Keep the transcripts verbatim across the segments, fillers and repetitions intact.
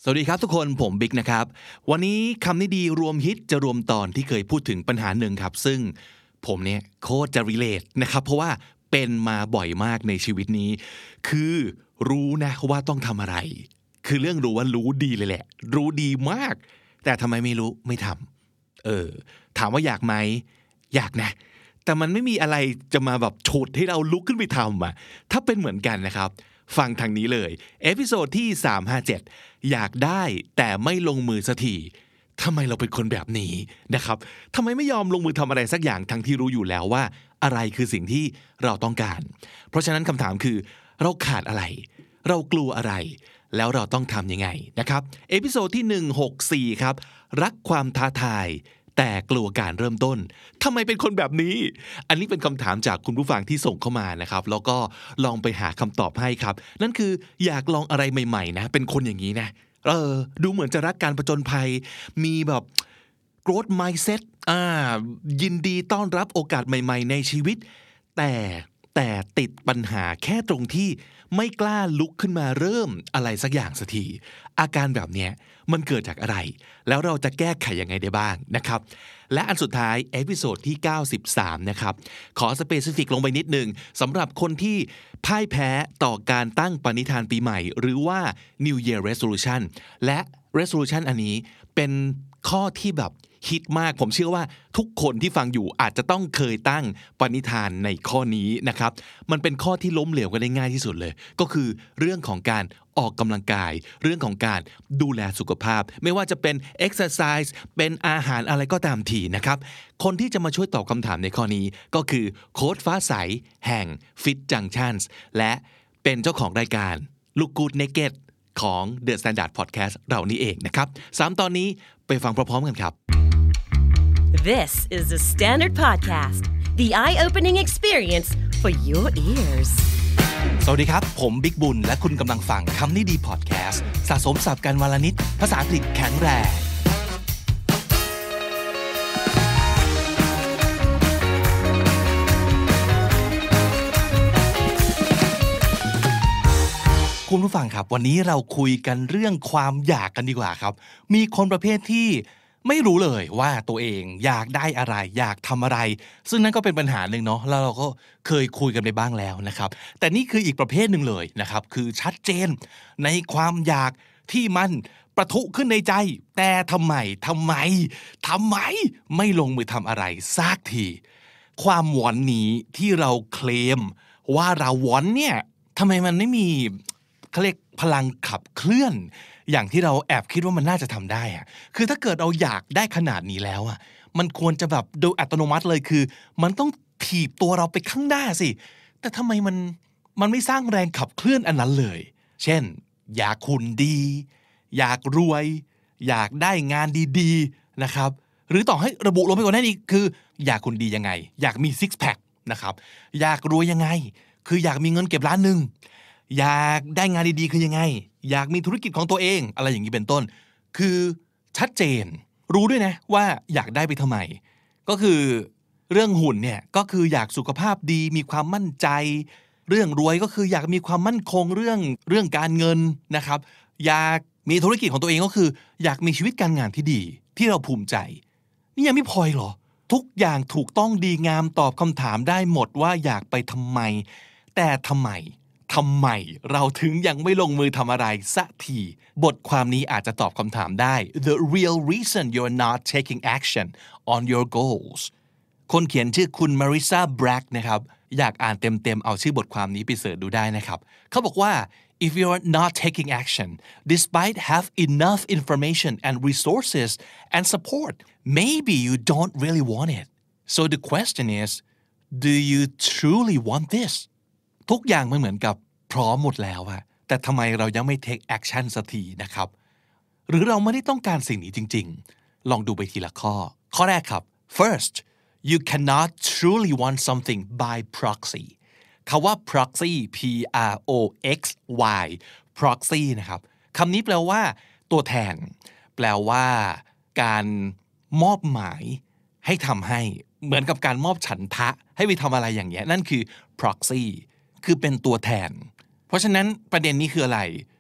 สวัสดีครับทุกคนผมบิ๊กนะครับวันนี้คำนี้ดีรวมฮิตจะรวมตอนที่เคยพูดถึงปัญหาหนึ่งครับซึ่งผมเนี่ยโคตรจะ relate นะครับเพราะว่าเป็นมาบ่อยมากในชีวิตนี้คือรู้นะว่าต้องทำอะไรคือเรื่องรู้ว่ารู้ดีเลยแหละรู้ดีมากแต่ทำไมไม่รู้ไม่ทำเออถามว่าอยากไหมอยากนะแต่มันไม่มีอะไรจะมาแบบฉุดให้เราลุกขึ้นไปทำอ่ะถ้าเป็นเหมือนกันนะครับฟังทางนี้เลยเอพิโซดที่สามห้าเจ็ดอยากได้แต่ไม่ลงมือสักทีทำไมเราเป็นคนแบบนี้นะครับทำไมไม่ยอมลงมือทำอะไรสักอย่างทั้งที่รู้อยู่แล้วว่าอะไรคือสิ่งที่เราต้องการเพราะฉะนั้นคำถามคือเราขาดอะไรเรากลัวอะไรแล้วเราต้องทำยังไงนะครับเอพิโซดที่หนึ่งร้อยหกสิบสี่ครับรักความท้าทายแต่กลัวการเริ่มต้นทำไมเป็นคนแบบนี้อันนี้เป็นคำถามจากคุณผู้ฟังที่ส่งเข้ามานะครับแล้วก็ลองไปหาคำตอบให้ครับนั่นคืออยากลองอะไรใหม่ๆนะเป็นคนอย่างนี้นะเออดูเหมือนจะรักการผจญภัยมีแบบ growth mindset อ่ายินดีต้อนรับโอกาสใหม่ๆในชีวิตแต่แต่ติดปัญหาแค่ตรงที่ไม่กล้าลุกขึ้นมาเริ่มอะไรสักอย่างสักทีอาการแบบเนี้ยมันเกิดจากอะไรแล้วเราจะแก้ไขยังไงได้บ้างนะครับและอันสุดท้ายเอพิโซดที่เก้าสิบสามนะครับขอสเปซิฟิกลงไปนิดนึงสำหรับคนที่พ่ายแพ้ต่อการตั้งปณิธานปีใหม่หรือว่า New Year Resolution และ Resolution อันนี้เป็นข้อที่แบบฮิตมากผมเชื่อว่าทุกคนที่ฟังอยู่อาจจะต้องเคยตั้งปณิธานในข้อนี้นะครับมันเป็นข้อที่ล้มเหลวกันได้ง่ายที่สุดเลยก็คือเรื่องของการออกกำลังกายเรื่องของการดูแลสุขภาพไม่ว่าจะเป็น exercise เป็นอาหารอะไรก็ตามทีนะครับคนที่จะมาช่วยตอบคำถามในข้อนี้ก็คือโค้ชฟ้าใสแห่ง Fit Junctions และเป็นเจ้าของรายการ Look Good Naked ของ The Standard Podcast เรานี่เองนะครับสามตอนนี้ไปฟังพร้อมๆกันครับ This is the Standard Podcast, the eye-opening experience for your ears. สวัสดีครับผมบิ๊กบุญและคุณกำลังฟังคำนี้ดีพอดแคสต์สะสมศัพท์กันวลนิดภาษาอังกฤษแข็งแรงคุณผู้ฟังครับวันนี้เราคุยกันเรื่องความอยากกันดีกว่าครับมีคนประเภทที่ไม่รู้เลยว่าตัวเองอยากได้อะไรอยากทำอะไรซึ่งนั่นก็เป็นปัญหาหนึ่งเนาะแล้วเราก็เคยคุยกันไปบ้างแล้วนะครับแต่นี่คืออีกประเภทหนึ่งเลยนะครับคือชัดเจนในความอยากที่มันประทุขึ้นในใจแต่ทำไมทำไมทำไมไม่ลงมือทำอะไรสักทีความหวังนี้ที่เราเคลมว่าเราหวังเนี่ยทำไมมันไม่มีเขาเรียกพลังขับเคลื่อนอย่างที่เราแอบคิดว่ามันน่าจะทำได้อะคือถ้าเกิดเราอยากได้ขนาดนี้แล้วอ่ะมันควรจะแบบโดยอัตโนมัติเลยคือมันต้องถีบตัวเราไปข้างหน้าสิแต่ทำไมมันมันไม่สร้างแรงขับเคลื่อนอันนั้นเลยเช่นอยากหุ่นดีอยากรวยอยากได้งานดีๆนะครับหรือต่อให้ระบุลงไปกว่านั้นอีกคืออยากหุ่นดียังไงอยากมีซิกแพคนะครับอยากรวยยังไงคืออยากมีเงินเก็บล้านนึงอยากได้งานดีๆคือยังไงอยากมีธุรกิจของตัวเองอะไรอย่างนี้เป็นต้นคือชัดเจนรู้ด้วยนะว่าอยากได้ไปทำไมก็คือเรื่องหุ่นเนี่ยก็คืออยากสุขภาพดีมีความมั่นใจเรื่องรวยก็คืออยากมีความมั่นคงเรื่องเรื่องการเงินนะครับอยากมีธุรกิจของตัวเองก็คืออยากมีชีวิตการงานที่ดีที่เราภูมิใจนี่ยังไม่พอหรอทุกอย่างถูกต้องดีงามตอบคำถามได้หมดว่าอยากไปทำไมแต่ทำไมทำไมเราถึงยังไม่ลงมือทำอะไรสักทีบทความนี้อาจจะตอบคำถามได้ The real reason you're not taking action on your goals คนเขียนชื่อคุณ Marissa Bragg นะครับอยากอ่านเต็มๆเอาชื่อบทความนี้ไปเสิร์ชดูได้นะครับเขาบอกว่า if you're not taking action despite have enough information and resources and support maybe you don't really want it so the question is do you truly want thisทุกอย่างมันเหมือนกับพร้อมหมดแล้วอะแต่ทำไมเรายังไม่ take action สักทีนะครับหรือเราไม่ได้ต้องการสิ่งนี้จริงๆลองดูไปทีละข้อข้อแรกครับ first you cannot truly want something by proxy คำว่า proxy P R O X Y proxy นะครับคำนี้แปลว่าตัวแทนแปลว่าการมอบหมายให้ทำให้เหมือนกับการมอบฉันทะให้ไปทำอะไรอย่างเงี้ยนั่นคือ proxyคือเป็นตัวแทนเพราะฉะนั้นประเด็นนี้คืออะไร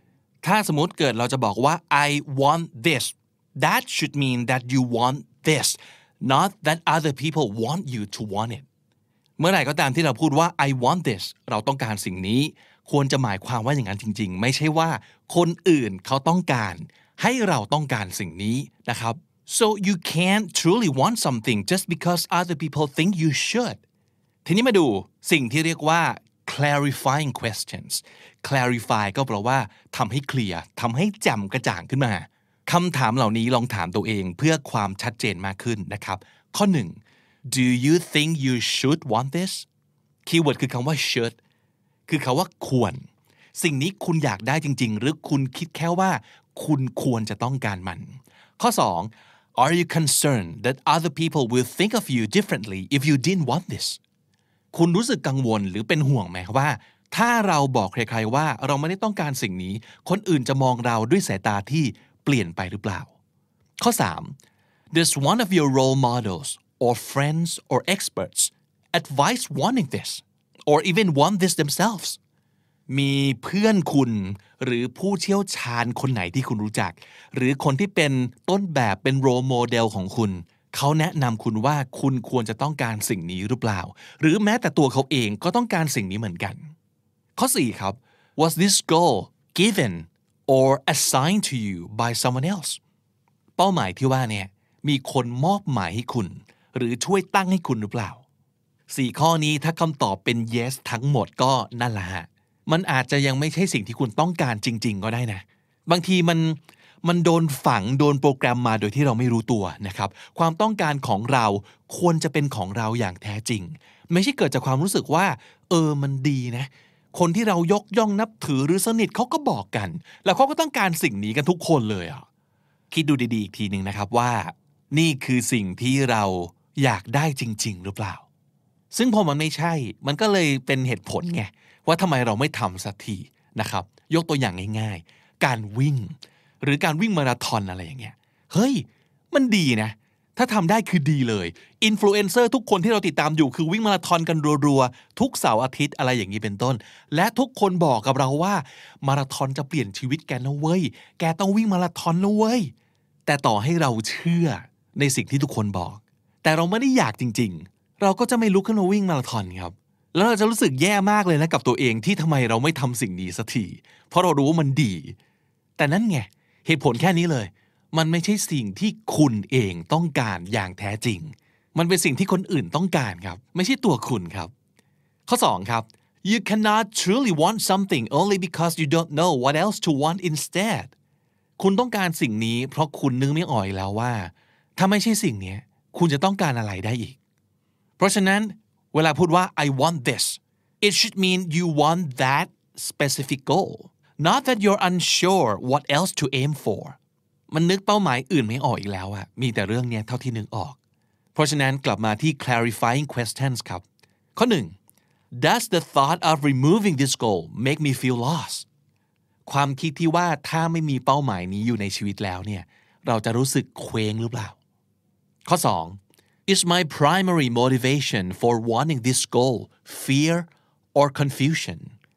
ถ้าสมมติเกิดเราจะบอกว่า I want this that should mean that you want this not that other people want you to want it เมื่อไหร่ก็ตามที่เราพูดว่า I want this เราต้องการสิ่งนี้ควรจะหมายความว่าอย่างนั้นจริงๆไม่ใช่ว่าคนอื่นเขาต้องการให้เราต้องการสิ่งนี้นะครับ so you can't truly want something just because other people think you should ทีนี้มาดูสิ่งที่เรียกว่า clarifying questions clarify ก็แปลว่าทำให้เคลียร์ทำให้แจ่มกระจ่างขึ้นมาคำถามเหล่านี้ลองถามตัวเองเพื่อความชัดเจนมากขึ้นนะครับข้อหนึ่ง do you think you should want this คีย์เวิร์ดคือคำว่า should คือคำว่าควรสิ่งนี้คุณอยากได้จริงๆหรือคุณคิดแค่ว่าคุณควรจะต้องการมันข้อสอง are you concerned that other people will think of you differently if you didn't want this คุณรู้สึกกังวลหรือเป็นห่วงไหมว่าถ้าเราบอกใครๆว่าเราไม่ได้ต้องการสิ่งนี้คนอื่นจะมองเราด้วยสายตาที่เปลี่ยนไปหรือเปล่าข้อสาม does one of your role models or friends or experts advise wanting this or even want this themselves มีเพื่อนคุณหรือผู้เชี่ยวชาญคนไหนที่คุณรู้จักหรือคนที่เป็นต้นแบบเป็นโรโมเดลของคุณเขาแนะนำคุณว่าคุณควรจะต้องการสิ่งนี้หรือเปล่าหรือแม้แต่ตัวเขาเองก็ต้องการสิ่งนี้เหมือนกันข้อสี่ครับ was this goal given or assigned to you by someone else เป้าหมายที่ว่าเนี่ยมีคนมอบหมายให้คุณหรือช่วยตั้งให้คุณหรือเปล่าสี่ข้อนี้ถ้าคำตอบเป็น yes ทั้งหมดก็นั่นแหละฮะมันอาจจะยังไม่ใช่สิ่งที่คุณต้องการจริงๆก็ได้นะบางทีมันมันโดนฝังโดนโปรแกรมมาโดยที่เราไม่รู้ตัวนะครับความต้องการของเราควรจะเป็นของเราอย่างแท้จริงไม่ใช่เกิดจากความรู้สึกว่าเออมันดีนะคนที่เรายกย่องนับถือหรือสนิทเขาก็บอกกันแล้วเขาก็ต้องการสิ่งนี้กันทุกคนเลยอ่ะคิดดูดีๆอีกทีนึงนะครับว่านี่คือสิ่งที่เราอยากได้จริงๆหรือเปล่าซึ่งพอมันไม่ใช่มันก็เลยเป็นเหตุผลไงว่าทำไมเราไม่ทำสักทีนะครับยกตัวอย่างง่ายๆการวิ่งหรือการวิ่งมาราธอนอะไรอย่างเงี้ยเฮ้ยมันดีนะถ้าทำได้คือดีเลยอินฟลูเอนเซอร์ทุกคนที่เราติดตามอยู่คือวิ่งมาราธอนกันรัวๆทุกเสาร์อาทิตย์อะไรอย่างนี้เป็นต้นและทุกคนบอกกับเราว่ามาราธอนจะเปลี่ยนชีวิตแกนะเว้ยแกต้องวิ่งมาราธอนนะเว้ยแต่ต่อให้เราเชื่อในสิ่งที่ทุกคนบอกแต่เราไม่ได้อยากจริงๆเราก็จะไม่ลุกขึ้นมาวิ่งมาราธอนครับแล้วเราจะรู้สึกแย่มากเลยนะกับตัวเองที่ทำไมเราไม่ทำสิ่งนี้สักทีเพราะเรารู้ว่ามันดีแต่นั่นไงเหตุผลแค่นี้เลยมันไม่ใช่สิ่งที่คุณเองต้องการอย่างแท้จริงมันเป็นสิ่งที่คนอื่นต้องการครับไม่ใช่ตัวคุณครับข้อสองครับ you cannot truly want something only because you don't know what else to want instead คุณต้องการสิ่งนี้เพราะคุณนึกไม่ออกแล้วว่าถ้าไม่ใช่สิ่งนี้คุณจะต้องการอะไรได้อีกเพราะฉะนั้นเวลาพูดว่า I want this it should mean you want that specific goal not that you're unsure what else to aim for มันนึกเป้าหมายอื่นไม่ออกอีกแล้วอะมีแต่เรื่องนี้เท่าที่นึกออกเพราะฉะนั้นกลับมาที่ clarifying questions ครับข้อหนึ่ง does the thought of removing this goal make me feel lost ความคิดที่ว่าถ้าไม่มีเป้าหมายนี้อยู่ในชีวิตแล้วเนี่ยเราจะรู้สึกเคว้งหรือเปล่าข้อสอง is my primary motivation for wanting this goal fear or confusion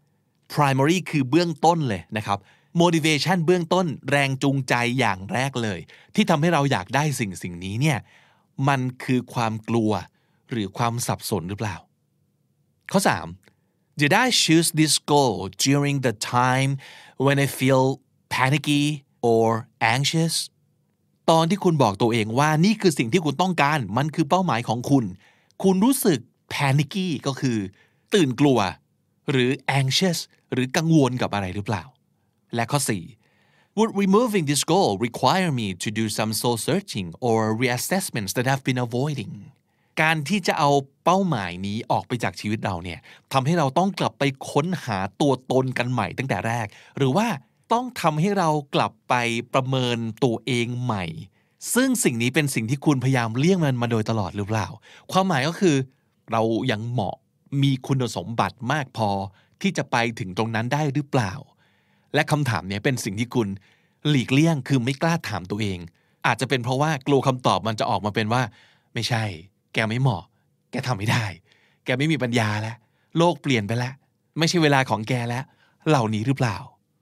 primary คือเบื้องต้นเลยนะครับ motivation เบื้องต้นแรงจูงใจอย่างแรกเลยที่ทำให้เราอยากได้สิ่งสิ่งนี้เนี่ยมันคือความกลัวหรือความสับสนหรือเปล่าข้อสาม Did I choose this goal during the time when I feel panicky or anxious ตอนที่คุณบอกตัวเองว่านี่คือสิ่งที่คุณต้องการมันคือเป้าหมายของคุณคุณรู้สึก panicky ก็คือตื่นกลัวหรือ anxious หรือกังวลกับอะไรหรือเปล่าและข้อสี่ Would removing this goal require me to do some soul searching or reassessments that I've been avoiding การที่จะเอาเป้าหมายนี้ออกไปจากชีวิตเราเนี่ยทำให้เราต้องกลับไปค้นหาตัวตนกันใหม่ตั้งแต่แรกหรือว่าต้องทำให้เรากลับไปประเมินตัวเองใหม่ซึ่งสิ่งนี้เป็นสิ่งที่คุณพยายามเลี่ยงมันมาโดยตลอดหรือเปล่าความหมายก็คือเรายังเหมาะมีคุณสมบัติมากพอที่จะไปถึงตรงนั้นได้หรือเปล่าและคำถามนี้เป็นสิ่งที่คุณหลีกเลี่ยงคือไม่กล้าถามตัวเองอาจจะเป็นเพราะว่ากลัวคำตอบมันจะออกมาเป็นว่าไม่ใช่แกไม่เหมาะแกทำไม่ได้แกไม่มีปัญญาแล้วโลกเปลี่ยนไปแล้วไม่ใช่เวลาของแกแล้วเหล่านี้หรือเปล่า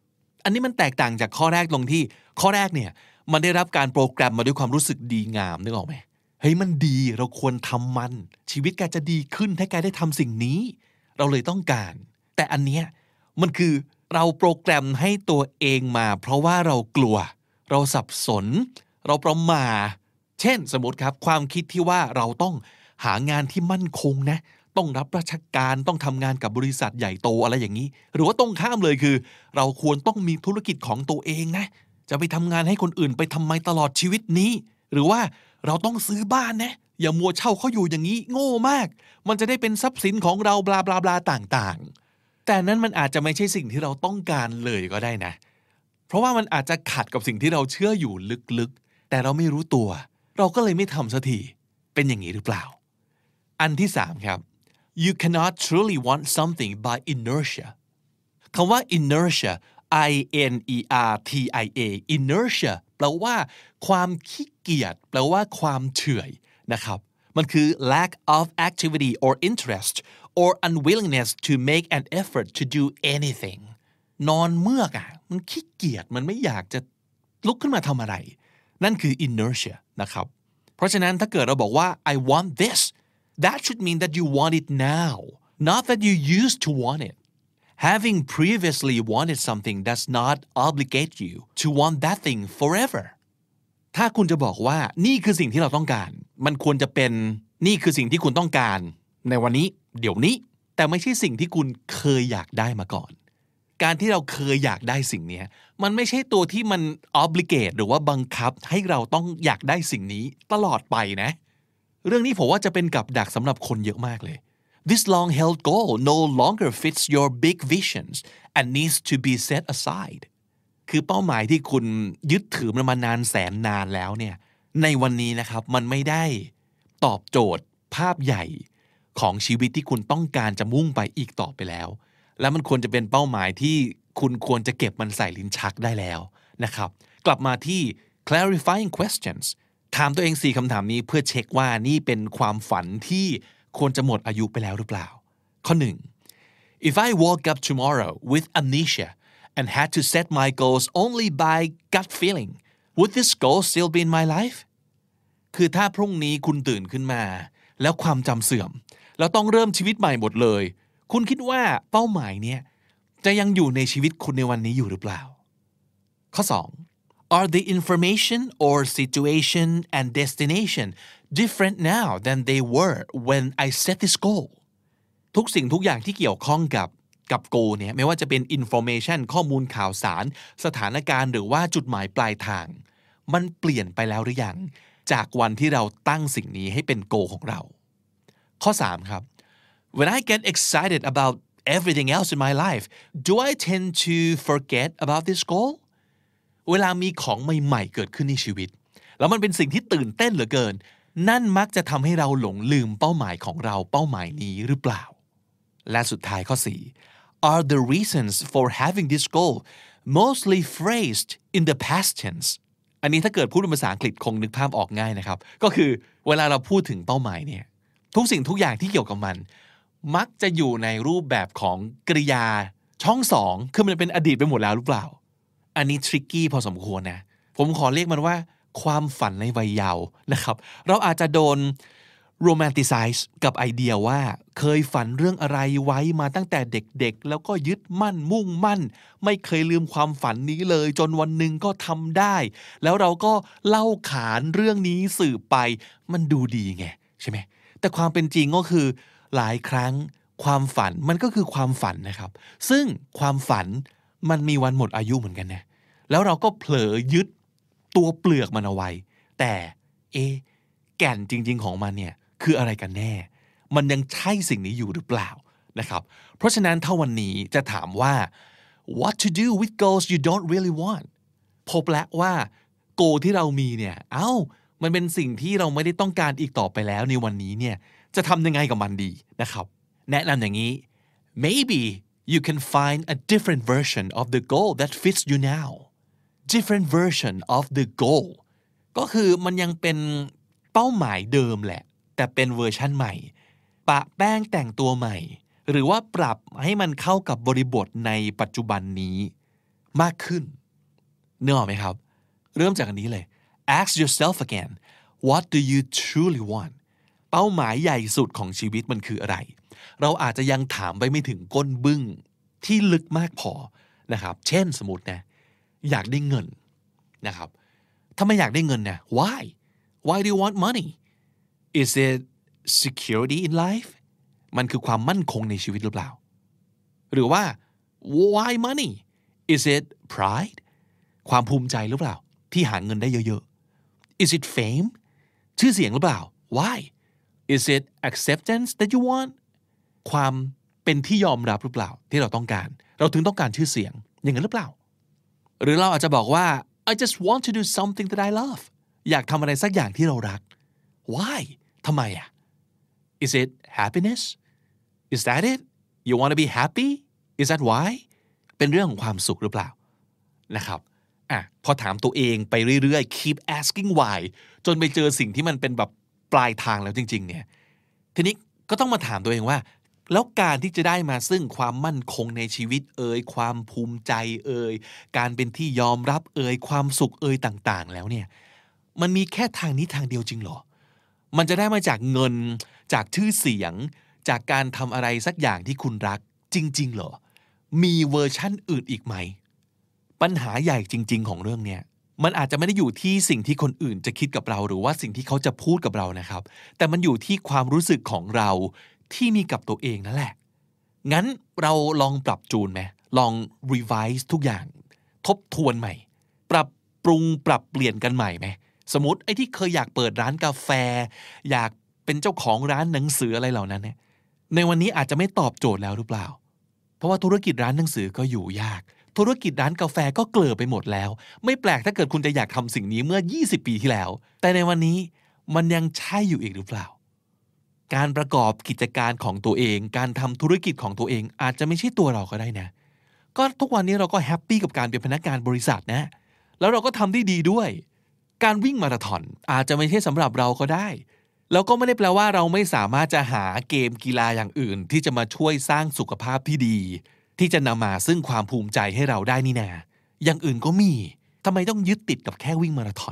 อันนี้มันแตกต่างจากข้อแรกตรงที่ข้อแรกเนี่ยมันได้รับการโปรแกรมมาด้วยความรู้สึกดีงามนึกออกไหมเฮ้ยมันดีเราควรทำมันชีวิตแกจะดีขึ้นถ้าแกได้ทำสิ่งนี้เราเลยต้องการแต่อันเนี้ยมันคือเราโปรแกรมให้ตัวเองมาเพราะว่าเรากลัวเราสับสนเราประหม่าเช่นสมมติครับความคิดที่ว่าเราต้องหางานที่มั่นคงนะต้องรับราชการต้องทำงานกับบริษัทใหญ่โตอะไรอย่างนี้หรือว่าตรงข้ามเลยคือเราควรต้องมีธุรกิจของตัวเองนะจะไปทำงานให้คนอื่นไปทำไมตลอดชีวิตนี้หรือว่าเราต้องซื้อบ้านนะอย่ามัวเช่าเขาอยู่อย่างนี้โง่มากมันจะได้เป็นทรัพย์สินของเราบลาบลาบลาต่างๆแต่นั้นมันอาจจะไม่ใช่สิ่งที่เราต้องการเลยก็ได้นะเพราะว่ามันอาจจะขัดกับสิ่งที่เราเชื่ออยู่ลึกๆแต่เราไม่รู้ตัวเราก็เลยไม่ทำสักทีเป็นอย่างนี้หรือเปล่าอันที่สามครับYou cannot truly want something by inertia คำว่า inertia I N E R T I A inertia แปลว่าความขี้เกียจแปลว่าความเฉื่อยนะครับมันคือ lack of activity or interest or unwillingness to make an effort to do anything นอนเมือกอ่ะมันขี้เกียจมันไม่อยากจะลุกขึ้นมาทำอะไรนั่นคือ inertia นะครับเพราะฉะนั้นถ้าเกิดเราบอกว่า I want this that should mean that you want it now not that you used to want it having previously wanted something does not obligate you to want that thing forever ถ้าคุณจะบอกว่านี่คือสิ่งที่เราต้องการมันควรจะเป็นนี่คือสิ่งที่คุณต้องการในวันนี้เดี๋ยวนี้แต่ไม่ใช่สิ่งที่คุณเคยอยากได้มาก่อนการที่เราเคยอยากได้สิ่งนี้มันไม่ใช่ตัวที่มัน obligate หรือว่าบังคับให้เราต้องอยากได้สิ่งนี้ตลอดไปนะเรื่องนี้ผมว่าจะเป็นกับดักสำหรับคนเยอะมากเลย This long-held goal no longer fits your big visions and needs to be set aside คือเป้าหมายที่คุณยึดถือมันมานานแสนนานแล้วเนี่ยในวันนี้นะครับมันไม่ได้ตอบโจทย์ภาพใหญ่ของชีวิตที่คุณต้องการจะมุ่งไปอีกต่อไปแล้วและมันควรจะเป็นเป้าหมายที่คุณควรจะเก็บมันใส่ลิ้นชักได้แล้วนะครับกลับมาที่ clarifying questions ถามตัวเองสี่คำถามนี้เพื่อเช็คว่านี่เป็นความฝันที่ควรจะหมดอายุไปแล้วหรือเปล่าข้อหนึ่ง If I woke up tomorrow with amnesia and had to set my goals only by gut feeling would this goal still be in my life คือถ้าพรุ่งนี้คุณตื่นขึ้นมาแล้วความจำเสื่อมแล้วต้องเริ่มชีวิตใหม่หมดเลยคุณคิดว่าเป้าหมายเนี่ยจะยังอยู่ในชีวิตคุณในวันนี้อยู่หรือเปล่าข้อสอง Are the information or situation and destination different now than they were when I set this goal ทุกสิ่งทุกอย่างที่เกี่ยวข้องกับกับ goal เนี่ยไม่ว่าจะเป็น information ข้อมูลข่าวสารสถานการณ์หรือว่าจุดหมายปลายทางมันเปลี่ยนไปแล้วหรือยังจากวันที่เราตั้งสิ่งนี้ให้เป็น goal ของเราข้อสามครับWhen I get excited about everything else in my life, do I tend to forget about this goal? เวลามีของใหม่ๆเกิดขึ้นในชีวิตแล้วมันเป็นสิ่งที่ตื่นเต้นเหลือเกินนั่นมักจะทำให้เราหลงลืมเป้าหมายของเราเป้าหมายนี้หรือเปล่าและสุดท้ายข้อสี่ Are the reasons for having this goal mostly phrased in the past tense? อันนี้ถ้าเกิดพูดเป็นภาษาอังกฤษคงนึกภาพออกง่ายนะครับก็คือเวลาเราพูดถึงเป้าหมายเนี่ยทุกสิ่งทุกอย่างที่เกี่ยวกับมันมักจะอยู่ในรูปแบบของกริยาช่องสองคือมันเป็นอดีตไปหมดแล้วหรือเปล่าอันนี้ทริกกี้พอสมควรนะผมขอเรียกมันว่าความฝันในวัยเยาว์นะครับเราอาจจะโดนโรแมนติไซส์กับไอเดียว่าเคยฝันเรื่องอะไรไว้มาตั้งแต่เด็กๆแล้วก็ยึดมั่นมุ่งมั่นไม่เคยลืมความฝันนี้เลยจนวันหนึ่งก็ทำได้แล้วเราก็เล่าขานเรื่องนี้สืบไปมันดูดีไงใช่ไหมแต่ความเป็นจริงก็คือหลายครั้งความฝันมันก็คือความฝันนะครับซึ่งความฝันมันมีวันหมดอายุเหมือนกันนะแล้วเราก็เผลอยึดตัวเปลือกมันเอาไว้แต่เอ๊ะแก่นจริงๆของมันเนี่ยคืออะไรกันแน่มันยังใช่สิ่งนี้อยู่หรือเปล่านะครับเพราะฉะนั้นถ้าวันนี้จะถามว่า what to do with goals you don't really want พบแล้วว่า goal ที่เรามีเนี่ยเอ้ามันเป็นสิ่งที่เราไม่ได้ต้องการอีกต่อไปแล้วในวันนี้เนี่ยจะทำยังไงกับมันดีนะครับแนะนำอย่างนี้ maybe you can find a different version of the goal that fits you now different version of the goal ก็คือมันยังเป็นเป้าหมายเดิมแหละแต่เป็นเวอร์ชั่นใหม่ปะแป้งแต่งตัวใหม่หรือว่าปรับให้มันเข้ากับบริบทในปัจจุบันนี้มากขึ้นเนื้อออกไหมครับเริ่มจากอันนี้เลย ask yourself again what do you truly want เป้าหมายใหญ่สุดของชีวิตมันคืออะไรเราอาจจะยังถามไปไม่ถึงก้นบึ้งที่ลึกมากพอนะครับเช่นสมมตินะอยากได้เงินนะครับถ้าไม่อยากได้เงินเนี่ย why why do you want money is it security in life มันคือความมั่นคงในชีวิตหรือเปล่าหรือว่า why money is it pride ความภูมิใจหรือเปล่าที่หาเงินได้เยอะๆ is it fame ชื่อเสียงหรือเปล่า why is it acceptance that you want ความเป็นที่ยอมรับหรือเปล่าที่เราต้องการเราถึงต้องการชื่อเสียงอย่างนั้นหรือเปล่าหรือเราอาจจะบอกว่า I just want to do something that I love อยากทำอะไรสักอย่างที่เรารัก why ทำไมอ่ะ is it happiness is that it you want to be happy is that why เป็นเรื่องของความสุขหรือเปล่านะครับอ่ะพอถามตัวเองไปเรื่อยๆ keep asking why จนไปเจอสิ่งที่มันเป็นแบบปลายทางแล้วจริงๆเนี่ยทีนี้ก็ต้องมาถามตัวเองว่าแล้วการที่จะได้มาซึ่งความมั่นคงในชีวิตเอ่ยความภูมิใจเอ่ยการเป็นที่ยอมรับเอ่ยความสุขเอ่ยต่างๆแล้วเนี่ยมันมีแค่ทางนี้ทางเดียวจริงเหรอมันจะได้มาจากเงินจากชื่อเสียงจากการทำอะไรสักอย่างที่คุณรักจริงๆเหรอมีเวอร์ชั่นอื่นอีกไหมปัญหาใหญ่จริงๆของเรื่องเนี้ยมันอาจจะไม่ได้อยู่ที่สิ่งที่คนอื่นจะคิดกับเราหรือว่าสิ่งที่เขาจะพูดกับเรานะครับแต่มันอยู่ที่ความรู้สึกของเราที่มีกับตัวเองนั่นแหละงั้นเราลองปรับจูนไหมลอง revise ทุกอย่างทบทวนใหม่ปรับปรุงปรับเปลี่ยนกันใหม่ไหมสมมติไอ้ที่เคยอยากเปิดร้านกาแฟอยากเป็นเจ้าของร้านหนังสืออะไรเหล่านั้นเนี่ยในวันนี้อาจจะไม่ตอบโจทย์แล้วหรือเปล่าเพราะว่าธุรกิจร้านหนังสือก็อยู่ยากธุรกิจร้านกาแฟก็เกลือไปหมดแล้วไม่แปลกถ้าเกิดคุณจะอยากทำสิ่งนี้เมื่อยี่สิบปีที่แล้วแต่ในวันนี้มันยังใช่อยู่อีกหรือเปล่าการประกอบกิจการของตัวเองการทำธุรกิจของตัวเองอาจจะไม่ใช่ตัวเราก็ได้นะก็ทุกวันนี้เราก็แฮปปี้กับการเป็นพนักงานบริษัทนะแล้วเราก็ทำได้ดีด้วยการวิ่งมาราธอนอาจจะไม่ใช่สำหรับเราก็ได้แล้วก็ไม่ได้แปลว่าเราไม่สามารถจะหาเกมกีฬาอย่างอื่นที่จะมาช่วยสร้างสุขภาพที่ดีที่จะนำมาซึ่งความภูมิใจให้เราได้นี่นาอย่างอื่นก็มีทำไมต้องยึดติดกับแค่วิ่งมาราธอน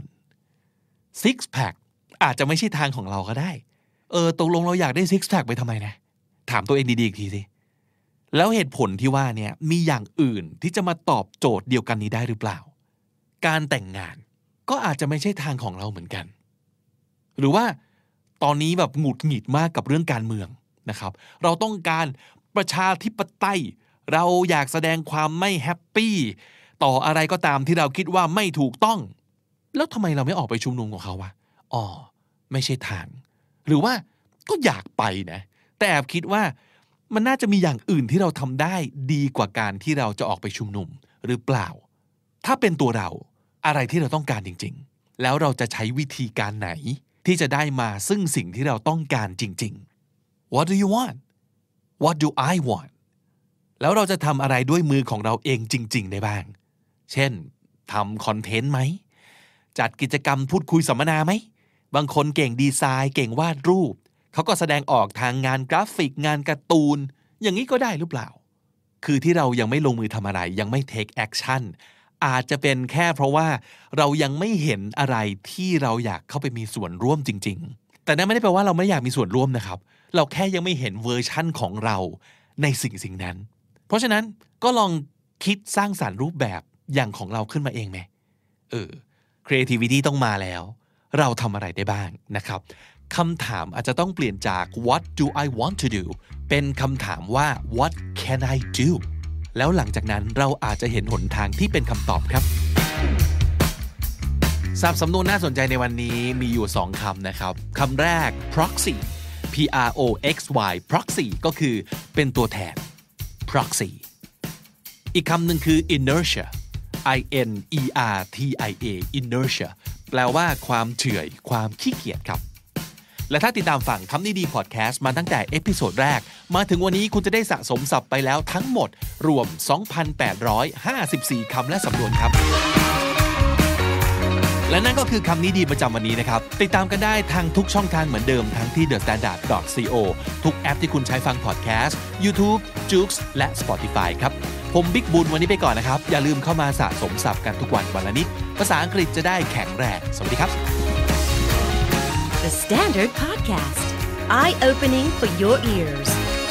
six pack อาจจะไม่ใช่ทางของเราก็ได้เออตกลงเราอยากได้ six pack ไปทำไมนะถามตัวเองดีๆอีกทีสิแล้วเหตุผลที่ว่าเนี่ยมีอย่างอื่นที่จะมาตอบโจทย์เดียวกันนี้ได้หรือเปล่าการแต่งงานก็อาจจะไม่ใช่ทางของเราเหมือนกันหรือว่าตอนนี้แบบหงุดหงิดมากกับเรื่องการเมืองนะครับเราต้องการประชาธิปไตยเราอยากแสดงความไม่แฮปปี้ต่ออะไรก็ตามที่เราคิดว่าไม่ถูกต้องแล้วทำไมเราไม่ออกไปชุมนุมของเขาวะอ๋อไม่ใช่ทางหรือว่าก็อยากไปนะแต่แอบคิดว่ามันน่าจะมีอย่างอื่นที่เราทำได้ดีกว่าการที่เราจะออกไปชุมนุมหรือเปล่าถ้าเป็นตัวเราอะไรที่เราต้องการจริงๆแล้วเราจะใช้วิธีการไหนที่จะได้มาซึ่งสิ่งที่เราต้องการจริงๆ What do you want What do I want แล้วเราจะทำอะไรด้วยมือของเราเองจริงๆได้บ้างเช่นทำคอนเทนต์ไหมจัดกิจกรรมพูดคุยสัมมนาไหมบางคนเก่งดีไซน์เก่งวาดรูปเขาก็แสดงออกทางงานกราฟิกงานการ์ตูนอย่างนี้ก็ได้หรือเปล่าคือที่เรายังไม่ลงมือทำอะไรยังไม่ take action อาจจะเป็นแค่เพราะว่าเรายังไม่เห็นอะไรที่เราอยากเข้าไปมีส่วนร่วมจริงๆแต่นั่นไม่ได้แปลว่าเราไม่อยากมีส่วนร่วมนะครับเราแค่ยังไม่เห็นเวอร์ชั่นของเราในสิ่งสิ่งนั้นเพราะฉะนั้นก็ลองคิดสร้างสรรค์รูปแบบอย่างของเราขึ้นมาเองไหมเออ creativity ต้องมาแล้วเราทำอะไรได้บ้างนะครับคำถามอาจจะต้องเปลี่ยนจาก what do I want to do เป็นคำถามว่า what can I do แล้วหลังจากนั้นเราอาจจะเห็นหนทางที่เป็นคำตอบครับศัพท์สำนวนน่าสนใจในวันนี้มีอยู่สองคำนะครับคำแรก proxy P R O X Y proxy ก็คือเป็นตัวแทน proxy อีกคำหนึ่งคือ inertia I N E R T I A inertia แปลว่าความเฉื่อยความขี้เกียจครับและถ้าติดตามฟังคำนี้ดีพอดแคสต์มาตั้งแต่เอพิโซดแรกมาถึงวันนี้คุณจะได้สะสมศัพท์ไปแล้วทั้งหมดรวม สองพันแปดร้อยห้าสิบสี่ คำและสำนวนครับและนั่นก็คือคำนี้ดีประจำวันนี้นะครับติดตามกันได้ทางทุกช่องทางเหมือนเดิมทั้งที่ เดอะ สแตนดาร์ด ดอท ซี โอ ทุกแอปที่คุณใช้ฟังพอดแคสต์ YouTube, Joox และ Spotify ครับผมบิ๊กบุญวันนี้ไปก่อนนะครับอย่าลืมเข้ามาสะสมศัพท์กันทุกวันวันละนิดภาษาอังกฤษจะได้แข็งแรงสวัสดีครับ The Standard Podcast Eye-opening for your ears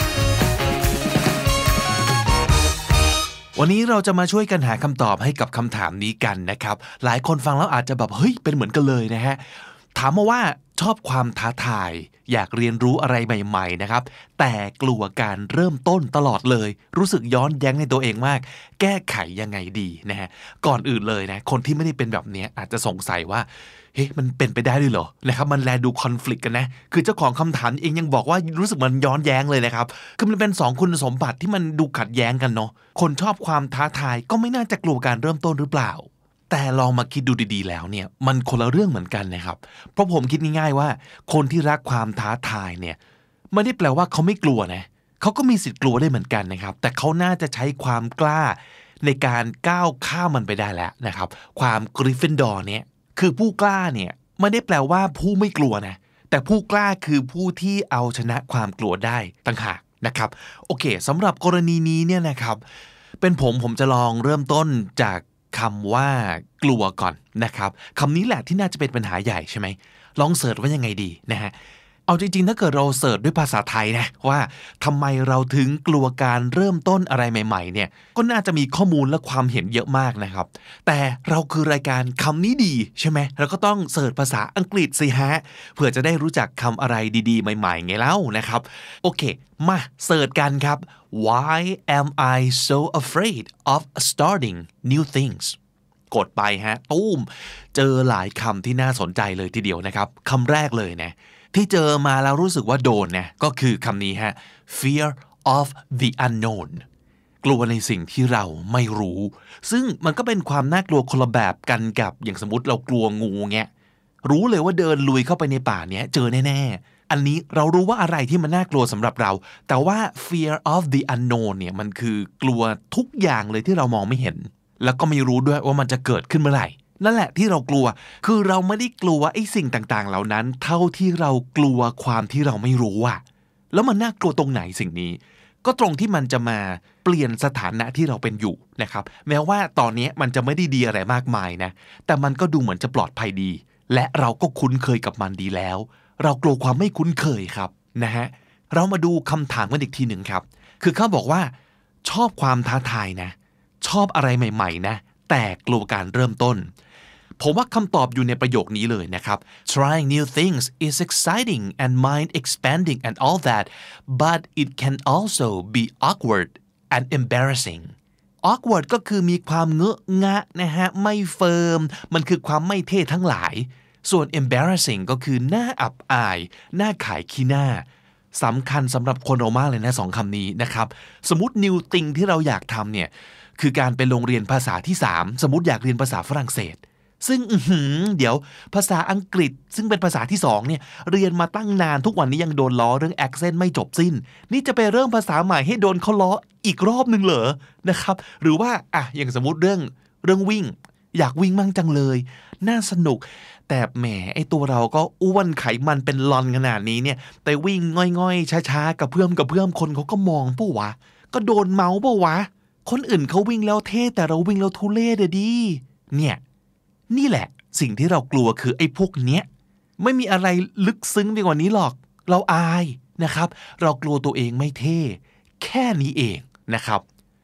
วันนี้เราจะมาช่วยกันหาคำตอบให้กับคำถามนี้กันนะครับหลายคนฟังแล้วอาจจะแบบเฮ้ยเป็นเหมือนกันเลยนะฮะถามมาว่าชอบความท้าทายอยากเรียนรู้อะไรใหม่ๆนะครับแต่กลัวการเริ่มต้นตลอดเลยรู้สึกย้อนแย้งในตัวเองมากแก้ไขยังไงดีนะฮะก่อนอื่นเลยนะคนที่ไม่ได้เป็นแบบนี้อาจจะสงสัยว่าเฮ้ยมันเป็นไปได้ด้วยเหรอนะครับมันแลดูคอนฟลิกต์กันนะคือเจ้าของคำถามเองยังบอกว่ารู้สึกมันย้อนแย้งเลยนะครับคือมันเป็นสองคุณสมบัติที่มันดูขัดแย้งกันเนาะคนชอบความท้าทายก็ไม่น่าจะกลัวการเริ่มต้นหรือเปล่าแต่ลองมาคิดดูดีๆแล้วเนี่ยมันคนละเรื่องเหมือนกันนะครับเพราะผมคิดง่ายๆว่าคนที่รักความท้าทายเนี่ยไม่ได้แปลว่าเขาไม่กลัวนะเขาก็มีสิทธิ์กลัวได้เหมือนกันนะครับแต่เขาน่าจะใช้ความกล้าในการก้าวข้ามมันไปได้แล้วนะครับความกริฟฟินดอร์เนี่ยคือผู้กล้าเนี่ยไม่ได้แปลว่าผู้ไม่กลัวนะแต่ผู้กล้าคือผู้ที่เอาชนะความกลัวได้ต่างหากนะครับโอเคสำหรับกรณีนี้เนี่ยนะครับเป็นผมผมจะลองเริ่มต้นจากคำว่ากลัวก่อนนะครับคำนี้แหละที่น่าจะเป็นปัญหาใหญ่ใช่ไหมลองเสิร์ชว่ายังไงดีนะฮะเอาจริงๆถ้าเกิดเราเสิร์ชด้วยภาษาไทยนะว่าทำไมเราถึงกลัวการเริ่มต้นอะไรใหม่ๆเนี่ยก็น่าจะมีข้อมูลและความเห็นเยอะมากนะครับแต่เราคือรายการคำนี้ดีใช่ไหมเราก็ต้องเสิร์ชภาษาอังกฤษสิฮะเพื่อจะได้รู้จักคำอะไรดีๆใหม่ๆไงเล่านะครับโอเคมาเสิร์ชกันครับ Why am I so afraid of starting new things กดไปฮะตุ้มเจอหลายคำที่น่าสนใจเลยทีเดียวนะครับคำแรกเลยนะที่เจอมาแล้วรู้สึกว่าโดนนะก็คือคำนี้ฮะ fear of the unknown กลัวในสิ่งที่เราไม่รู้ซึ่งมันก็เป็นความน่ากลัวคนละแบบกันกับอย่างสมมติเรากลัวงูเงี้ยรู้เลยว่าเดินลุยเข้าไปในป่าเนี้ยเจอแน่ๆอันนี้เรารู้ว่าอะไรที่มันน่ากลัวสำหรับเราแต่ว่า fear of the unknown เนี่ยมันคือกลัวทุกอย่างเลยที่เรามองไม่เห็นแล้วก็ไม่รู้ด้วยว่ามันจะเกิดขึ้นเมื่อไหร่นั่นแหละที่เรากลัวคือเราไม่ได้กลัวไอ้สิ่งต่างๆเหล่านั้นเท่าที่เรากลัวความที่เราไม่รู้อะแล้วมันน่ากลัวตรงไหนสิ่งนี้ก็ตรงที่มันจะมาเปลี่ยนสถานะที่เราเป็นอยู่นะครับแม้ว่าตอนนี้มันจะไม่ได้ดีอะไรมากมายนะแต่มันก็ดูเหมือนจะปลอดภัยดีและเราก็คุ้นเคยกับมันดีแล้วเรากลัวความไม่คุ้นเคยครับนะฮะเรามาดูคำถามกันอีกทีหนึ่งครับคือเขาบอกว่าชอบความท้าทายนะชอบอะไรใหม่ๆนะแต่กลัวการเริ่มต้นผมว่าคำตอบอยู่ในประโยคนี้เลยนะครับ trying new things is exciting and mind expanding and all that but it can also be awkward and embarrassing awkward ก็คือมีความเงอะงะนะฮะไม่เฟิร์มมันคือความไม่เท่ทั้งหลายส่วน embarrassing ก็คือหน้าอับอายหน้าขายขี้หน้าสำคัญสำหรับคนเรามากเลยนะสองคำนี้นะครับสมมติ new thing ที่เราอยากทำเนี่ยคือการไปโรงเรียนภาษาที่สามสมมติอยากเรียนภาษาฝรั่งเศสซึ่งเดี๋ยวภาษาอังกฤษซึ่งเป็นภาษาที่สองเนี่ยเรียนมาตั้งนานทุกวันนี้ยังโดนล้อเรื่อง accent ไม่จบสิ้นนี่จะไปเริ่มภาษาใหม่ให้โดนเขาล้ออีกรอบนึงเหรอนะครับหรือว่าอ่ะอย่างสมมติเรื่องเรื่องวิ่งอยากวิ่งมั่งจังเลยน่าสนุกแต่แหมไอตัวเราก็อ้วนไขมันเป็นลอนขนาดนี้เนี่ยแต่วิ่งง่อยๆช้าๆกับเพื่อมกับเพื่อมคนเขาก็มองป่ะวะก็โดนเมาป่ะวะคนอื่นเขาวิ่งแล้วเท่แต่เราวิ่งแล้วทุเรศอะดิเนี่ยนี่แหละสิ่งที่เรากลัวคือไอ้พวกเนี้ยไม่มีอะไรลึกซึ้งไปกว่านี้หรอกเราอายนะครับเรากลัวตัวเองไม่เท่แค่นี้เองนะครับ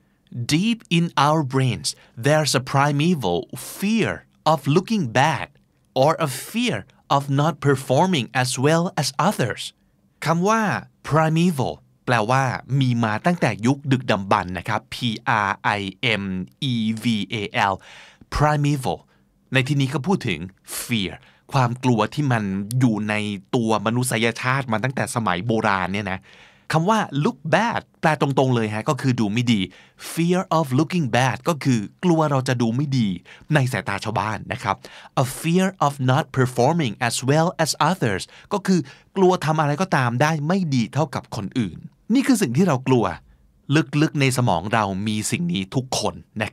Deep in our brains there's a primeval fear of looking bad or a fear of not performing as well as others คำว่า primeval แปลว่ามีมาตั้งแต่ยุคดึกดำบรรพ์นะครับ P R I M E V A L primeval ในที่นี้ก็พูดถึง fear ความกลัวที่มันอยู่ในตัวมนุษยชาติมาตั้งแต่สมัยโบราณเนี่ยนะคำว่า look bad แปลตรงๆเลยฮะก็คือดูไม่ดี fear of looking bad ก็คือกลัวเราจะดูไม่ดีในสายตาชาวบ้านนะครับ a fear of not performing as well as others ก็คือกลัวทำอะไรก็ตามได้ไม่ดีเท่ากับคนอื่นนี่คือสิ่งที่เรากลัวลึกๆในสมองเรามีสิ่งนี้ทุกคนนะครับ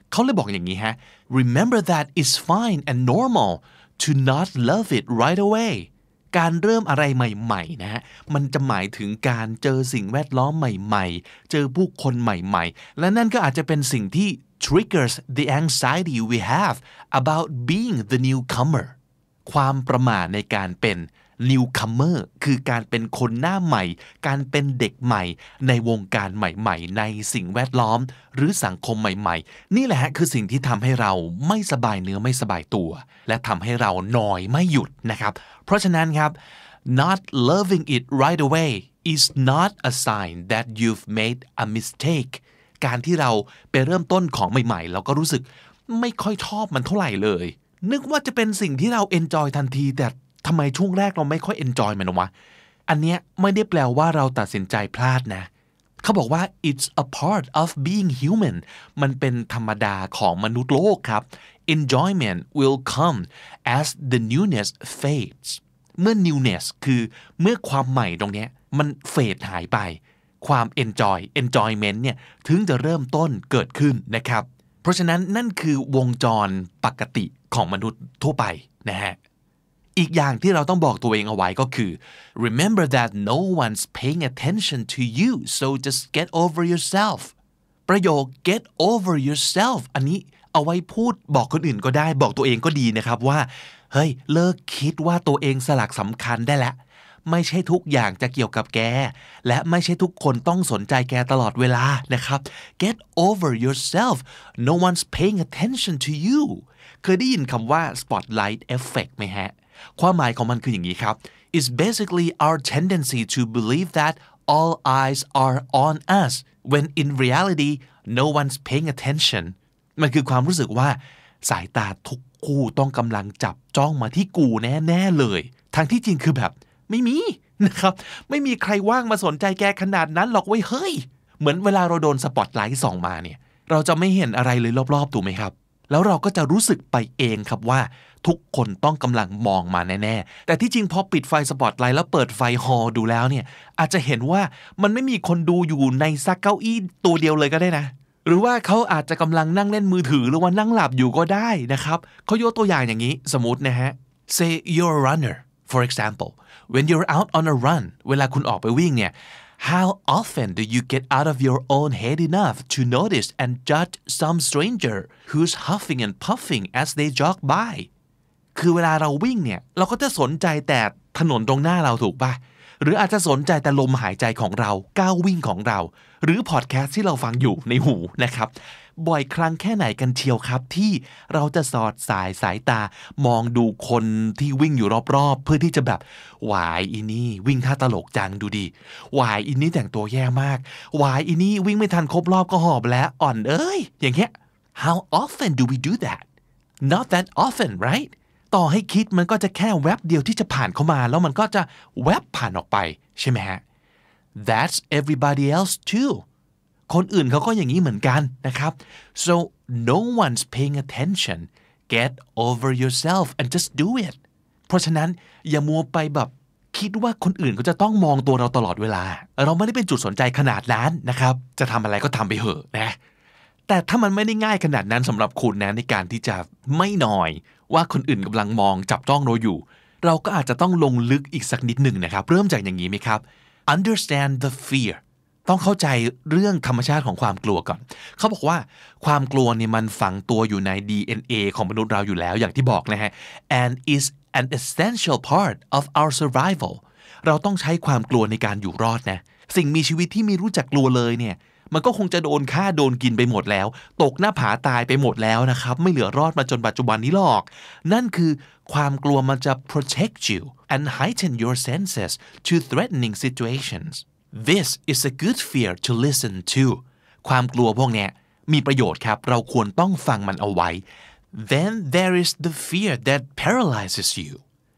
เขาเลยบอกอย่างนี้ฮะ remember that it's fine and normal to not love it right away การเริ่มอะไรใหม่ๆนะฮะมันจะหมายถึงการเจอสิ่งแวดล้อมใหม่ๆเจอผู้คนใหม่ๆและนั่นก็อาจจะเป็นสิ่งที่ triggers the anxiety we have about being the newcomer ความประหม่าในการเป็น newcomer คือการเป็นคนหน้าใหม่การเป็นเด็กใหม่ในวงการใหม่ๆในสิ่งแวดล้อมหรือสังคมใหม่ๆนี่แหละฮะคือสิ่งที่ทำให้เราไม่สบายเนื้อไม่สบายตัวและทำให้เราหน่อยไม่หยุดนะครับเพราะฉะนั้นครับ not loving it right away is not a sign that you've made a mistake การที่เราไปเริ่มต้นของใหม่ๆเราก็รู้สึกไม่ค่อยชอบมันเท่าไหร่เลยนึกว่าจะเป็นสิ่งที่เรา enjoy ทันทีแต่ทำไมช่วงแรกเราไม่ค่อย enjoy มันวะอันเนี้ยไม่ได้แปลว่าเราตัดสินใจพลาดนะเขาบอกว่า it's a part of being human มันเป็นธรรมดาของมนุษย์โลกครับ enjoyment will come as the newness fades เมื่อ newness คือเมื่อความใหม่ตรงเนี้ยมันเฟดหายไปความ enjoy enjoyment เนี่ยถึงจะเริ่มต้นเกิดขึ้นนะครับเพราะฉะนั้นนั่นคือวงจรปกติของมนุษย์ทั่วไปนะฮะอีกอย่างที่เราต้องบอกตัวเองเอาไว้ก็คือ remember that no one's paying attention to you so just get over yourself ประโยค get over yourself อันนี้เอาไว้พูดบอกคนอื่นก็ได้บอกตัวเองก็ดีนะครับว่าเฮ้ยเลิกคิดว่าตัวเองสลักสำคัญได้แล้วไม่ใช่ทุกอย่างจะเกี่ยวกับแกและไม่ใช่ทุกคนต้องสนใจแกตลอดเวลานะครับ get over yourself no one's paying attention to you เคยได้ยินคำว่า spotlight effect ไหมฮะความหมายของมันคืออย่างนี้ครับ It's basically our tendency to believe that all eyes are on us when in reality no one's paying attention มันคือความรู้สึกว่าสายตาทุกคู่ต้องกำลังจับจ้องมาที่กูแน่ๆเลยทั้งที่จริงคือแบบไม่มีนะครับไม่มีใครว่างมาสนใจแกขนาดนั้นหรอกเว้ยเฮ้ยเหมือนเวลาเราโดนสปอตไลท์ส่องมาเนี่ยเราจะไม่เห็นอะไรเลยรอบๆถูกไหมครับแล้วเราก็จะรู้สึกไปเองครับว่าทุกคนต้องกำลังมองมาแน่ๆแต่ที่จริงพอปิดไฟสปอตไลท์แล้วเปิดไฟฮอลดูแล้วเนี่ยอาจจะเห็นว่ามันไม่มีคนดูอยู่ในซักเก้าอี้ตัวเดียวเลยก็ได้นะหรือว่าเขาอาจจะกำลังนั่งเล่นมือถือหรือว่านั่งหลับอยู่ก็ได้นะครับเขายกตัวอย่างอย่างนี้สมมตินะฮะ say you're a runner for example when you're out on a run เวลาคุณออกไปวิ่งเนี่ย how often do you get out of your own head enough to notice and judge some stranger who's huffing and puffing as they jog by คือเวลาเราวิ่งเนี่ยเราก็จะสนใจแต่ถนนตรงหน้าเราถูกป่ะหรืออาจจะสนใจแต่ลมหายใจของเราก้าววิ่งของเราหรือพอดแคสต์ที่เราฟังอยู่ในหูนะครับบ่อยครั้งแค่ไหนกันเชียวครับที่เราจะสอดสายสายตามองดูคนที่วิ่งอยู่รอบๆเพื่อที่จะแบบวายอีนี่วิ่งท่าตลกจังดูดิวายอีนี่แต่งตัวแย่มากวายอีนี่วิ่งไม่ทันครบรอบก็หอบแล้วอ่อนเอ้ยอย่างเงี้ย How often do we do that? Not that often, right?ต่อให้คิดมันก็จะแค่แวบเดียวที่จะผ่านเข้ามาแล้วมันก็จะแวบผ่านออกไปใช่ไหมฮะ That's everybody else too คนอื่นเขาก็อย่างนี้เหมือนกันนะครับ so no one's paying attention get over yourself and just do it เพราะฉะนั้นอย่ามัวไปแบบคิดว่าคนอื่นเขาจะต้องมองตัวเราตลอดเวลาเราไม่ได้เป็นจุดสนใจขนาดนั้นนะครับจะทำอะไรก็ทำไปเถอะนะแต่ถ้ามันไม่ได้ง่ายขนาดนั้นสำหรับคุณนะในการที่จะไม่นอยว่าคนอื่นกำลังมองจับจ้องเราอยู่เราก็อาจจะต้องลงลึกอีกสักนิดหนึ่งนะครับเริ่มจากอย่างนี้ไหมครับ understand the fear ต้องเข้าใจเรื่องธรรมชาติของความกลัวก่อนเขาบอกว่าความกลัวเนี่ยมันฝังตัวอยู่ใน ดี เอ็น เอ ของมนุษย์เราอยู่แล้วอย่างที่บอกนะฮะ and is an essential part of our survival เราต้องใช้ความกลัวในการอยู่รอดนะสิ่งมีชีวิตที่ไม่รู้จักกลัวเลยเนี่ยมันก็คงจะโดนฆ่าโดนกินไปหมดแล้วตกหน้าผาตายไปหมดแล้วนะครับไม่เหลือรอดมาจนปัจจุบันนี้หรอกนั่นคือความกลัวมันจะ protect you and heighten your senses to threatening situations this is a good fear to listen to ความกลัวพวกเนี้ยมีประโยชน์ครับเราควรต้องฟังมันเอาไว้ then there is the fear that paralyzes you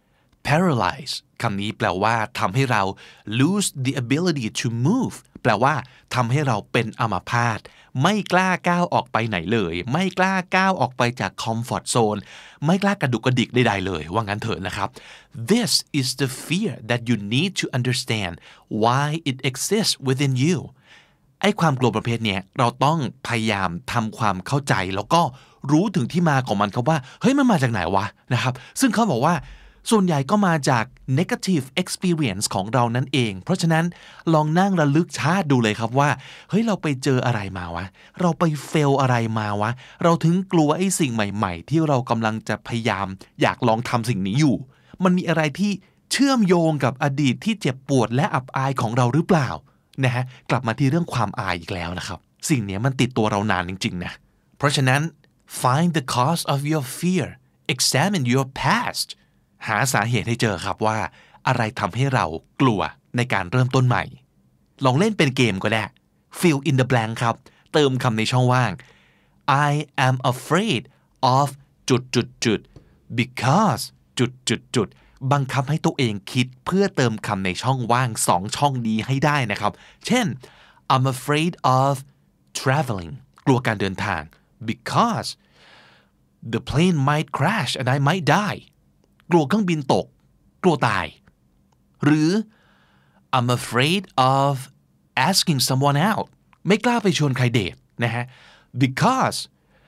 paralyze คำนี้แปลว่าทำให้เรา lose the ability to move แปลว่าทำให้เราเป็นอัมพาตไม่กล้าก้าวออกไปไหนเลยไม่กล้าก้าวออกไปจากคอมฟอร์ตโซนไม่กล้ากระดุกกระดิกใดๆเลยว่างั้นเถอะนะครับ This is the fear that you need to understand why it exists within you ไอ้ความกลัวประเภทเนี้ยเราต้องพยายามทำความเข้าใจแล้วก็รู้ถึงที่มาของมันครับว่าเฮ้ยมันมาจากไหนวะนะครับซึ่งเขาบอกว่าส่วนใหญ่ก็มาจาก negative experience ของเรานั่นเองเพราะฉะนั้นลองนั่งระลึกชาติดูเลยครับว่าเฮ้ยเราไปเจออะไรมาวะเราไปเฟลอะไรมาวะเราถึงกลัวไอ้สิ่งใหม่ๆที่เรากำลังจะพยายามอยากลองทำสิ่งนี้อยู่มันมีอะไรที่เชื่อมโยงกับอดีตที่เจ็บปวดและอับอายของเราหรือเปล่านะฮะกลับมาที่เรื่องความอายอีกแล้วนะครับสิ่งนี้มันติดตัวเรานานจริงๆนะเพราะฉะนั้น find the cause of your fear examine your past หาสาเหตุให้เจอครับว่าอะไรทำให้เรากลัวในการเริ่มต้นใหม่ลองเล่นเป็นเกมก็ได้ fill in the blank ครับเติมคำในช่องว่าง I am afraid of จุดจุดจุด because จุดจุดจุดบังคับให้ตัวเองคิดเพื่อเติมคำในช่องว่างสองช่องนี้ให้ได้นะครับเช่น I'm afraid of traveling กลัวการเดินทาง because the plane might crash and I might die กลัวเครื่องบินตกกลัวตายหรือ I'm afraid of asking someone out ไม่กล้าไปชวนใครเดทนะฮะ because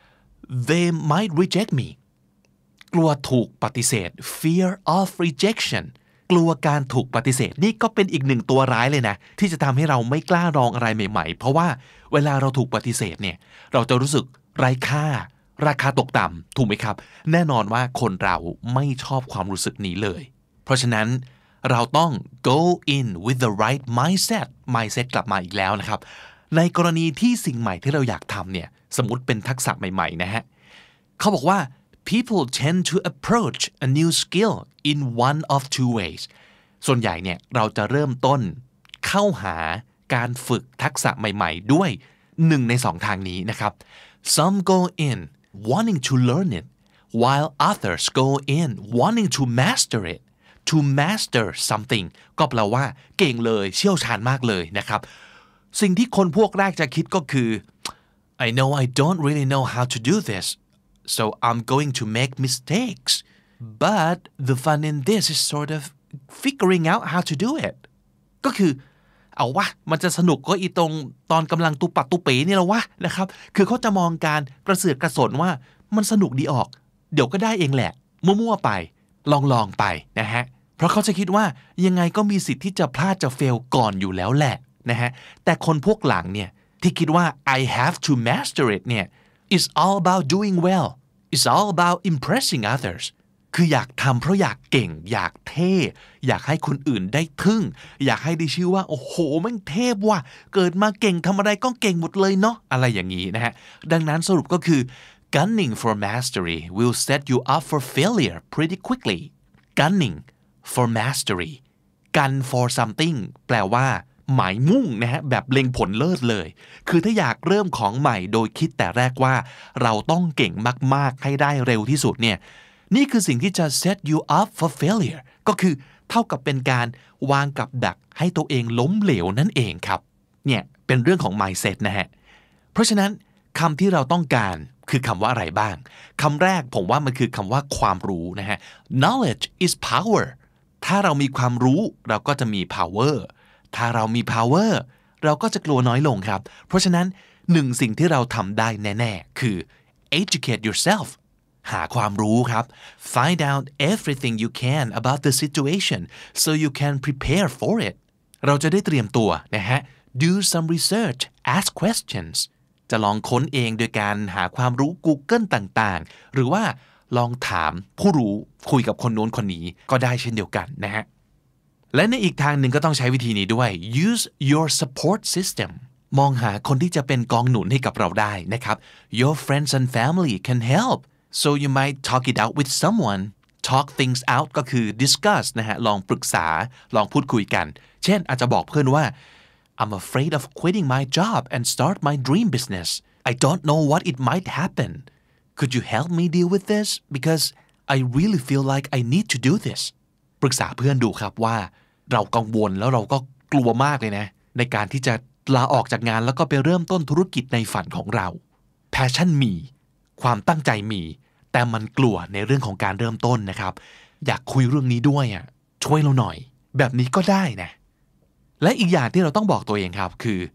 they might reject me กลัวถูกปฏิเสธ fear of rejection กลัวการถูกปฏิเสธนี่ก็เป็นอีกหนึ่งตัวร้ายเลยนะที่จะทำให้เราไม่กล้าลองอะไรใหม่ๆเพราะว่าเวลาเราถูกปฏิเสธเนี่ยเราจะรู้สึกไร้ค่าราคาตกต่ำถูกไหมครับแน่นอนว่าคนเราไม่ชอบความรู้สึกนี้เลยเพราะฉะนั้นเราต้อง go in with the right mindset mindset กลับมาอีกแล้วนะครับในกรณีที่สิ่งใหม่ที่เราอยากทำเนี่ยสมมุติเป็นทักษะใหม่ๆนะฮะเขาบอกว่า people tend to approach a new skill in one of two ways ส่วนใหญ่เนี่ยเราจะเริ่มต้นเข้าหาการฝึกทักษะใหม่ๆด้วยหนึ่งในสองทางนี้นะครับ some go in wanting to learn it while others go in wanting to master it to master something ก็แปลว่าเก่งเลยเชี่ยวชาญมากเลยนะครับสิ่งที่คนพวกแรกจะคิดก็คือ I know I don't really know how to do this so I'm going to make mistakes but the fun in this is sort of figuring out how to do it ก็คือเอาวะมันจะสนุกก็อีตรงตอนกำลังตุปัดตุเป๋นี่แหละวะนะครับคือเขาจะมองการกระเสือกกระสนว่ามันสนุกดีออกเดี๋ยวก็ได้เองแหละมั่วๆไปลองๆไปนะฮะเพราะเขาจะคิดว่ายังไงก็มีสิทธิ์ที่จะพลาดจะเฟลก่อนอยู่แล้วแหละนะฮะแต่คนพวกหลังเนี่ยที่คิดว่า I have to master it เนี่ย it's all about doing well it's all about impressing others คืออยากทำเพราะอยากเก่งอยากเท่อยากให้คนอื่นได้ทึ่งอยากให้ได้ชื่อว่าโอ้โหแม่งเทพว่ะเกิดมาเก่งทำอะไรก็เก่งหมดเลยเนาะอะไรอย่างนี้นะฮะดังนั้นสรุปก็คือ gunning for mastery will set you up for failure pretty quickly gunning for mastery gun for something แปลว่าหมายมุ่งนะฮะแบบเล็งผลเลิศเลยคือถ้าอยากเริ่มของใหม่โดยคิดแต่แรกว่าเราต้องเก่งมากๆให้ได้เร็วที่สุดเนี่ยนี่คือสิ่งที่จะ set you up for failure ก็คือเท่ากับเป็นการวางกับดักให้ตัวเองล้มเหลวนั่นเองครับเนี่ยเป็นเรื่องของ mindset นะฮะเพราะฉะนั้นคำที่เราต้องการคือคำว่าอะไรบ้างคำแรกผมว่ามันคือคำว่าความรู้นะฮะ knowledge is power ถ้าเรามีความรู้เราก็จะมี power ถ้าเรามี power เราก็จะกลัวน้อยลงครับเพราะฉะนั้นหนึ่งสิ่งที่เราทำได้แน่ๆคือ educate yourself หาความรู้ครับ find out everything you can about the situation so you can prepare for it เราจะได้เตรียมตัวนะฮะ do some research ask questions จะลองค้นเองโดยการหาความรู้ Google ต่างๆหรือว่าลองถามผู้รู้คุยกับคนโน้นคนนี้ก็ได้เช่นเดียวกันนะฮะและในอีกทางหนึ่งก็ต้องใช้วิธีนี้ด้วย use your support system มองหาคนที่จะเป็นกองหนุนให้กับเราได้นะครับ your friends and family can help so you might talk it out with someone talk things out ก็คือ discuss นะฮะลองปรึกษาลองพูดคุยกันเช่นอาจจะบอกเพื่อนว่า I'm afraid of quitting my job and start my dream business I don't know what it might happen could you help me deal with this because I really feel like I need to do this ปรึกษาเพื่อนดูครับว่าเรากังวลแล้วเราก็กลัวมากเลยนะในการที่จะลาออกจากงานแล้วก็ไปเริ่มต้นธุรกิจในฝันของเรา passion มีความตั้งใจมีแต่มันกลัวในเรื่องของการเริ่มต้นนะครับอยากคุยเรื่องนี้ด้วยอ่ะช่วยเราหน่อยแบบนี้ก็ได้นะและอีกอย่างที่เราต้องบอกตัวเองครับคือ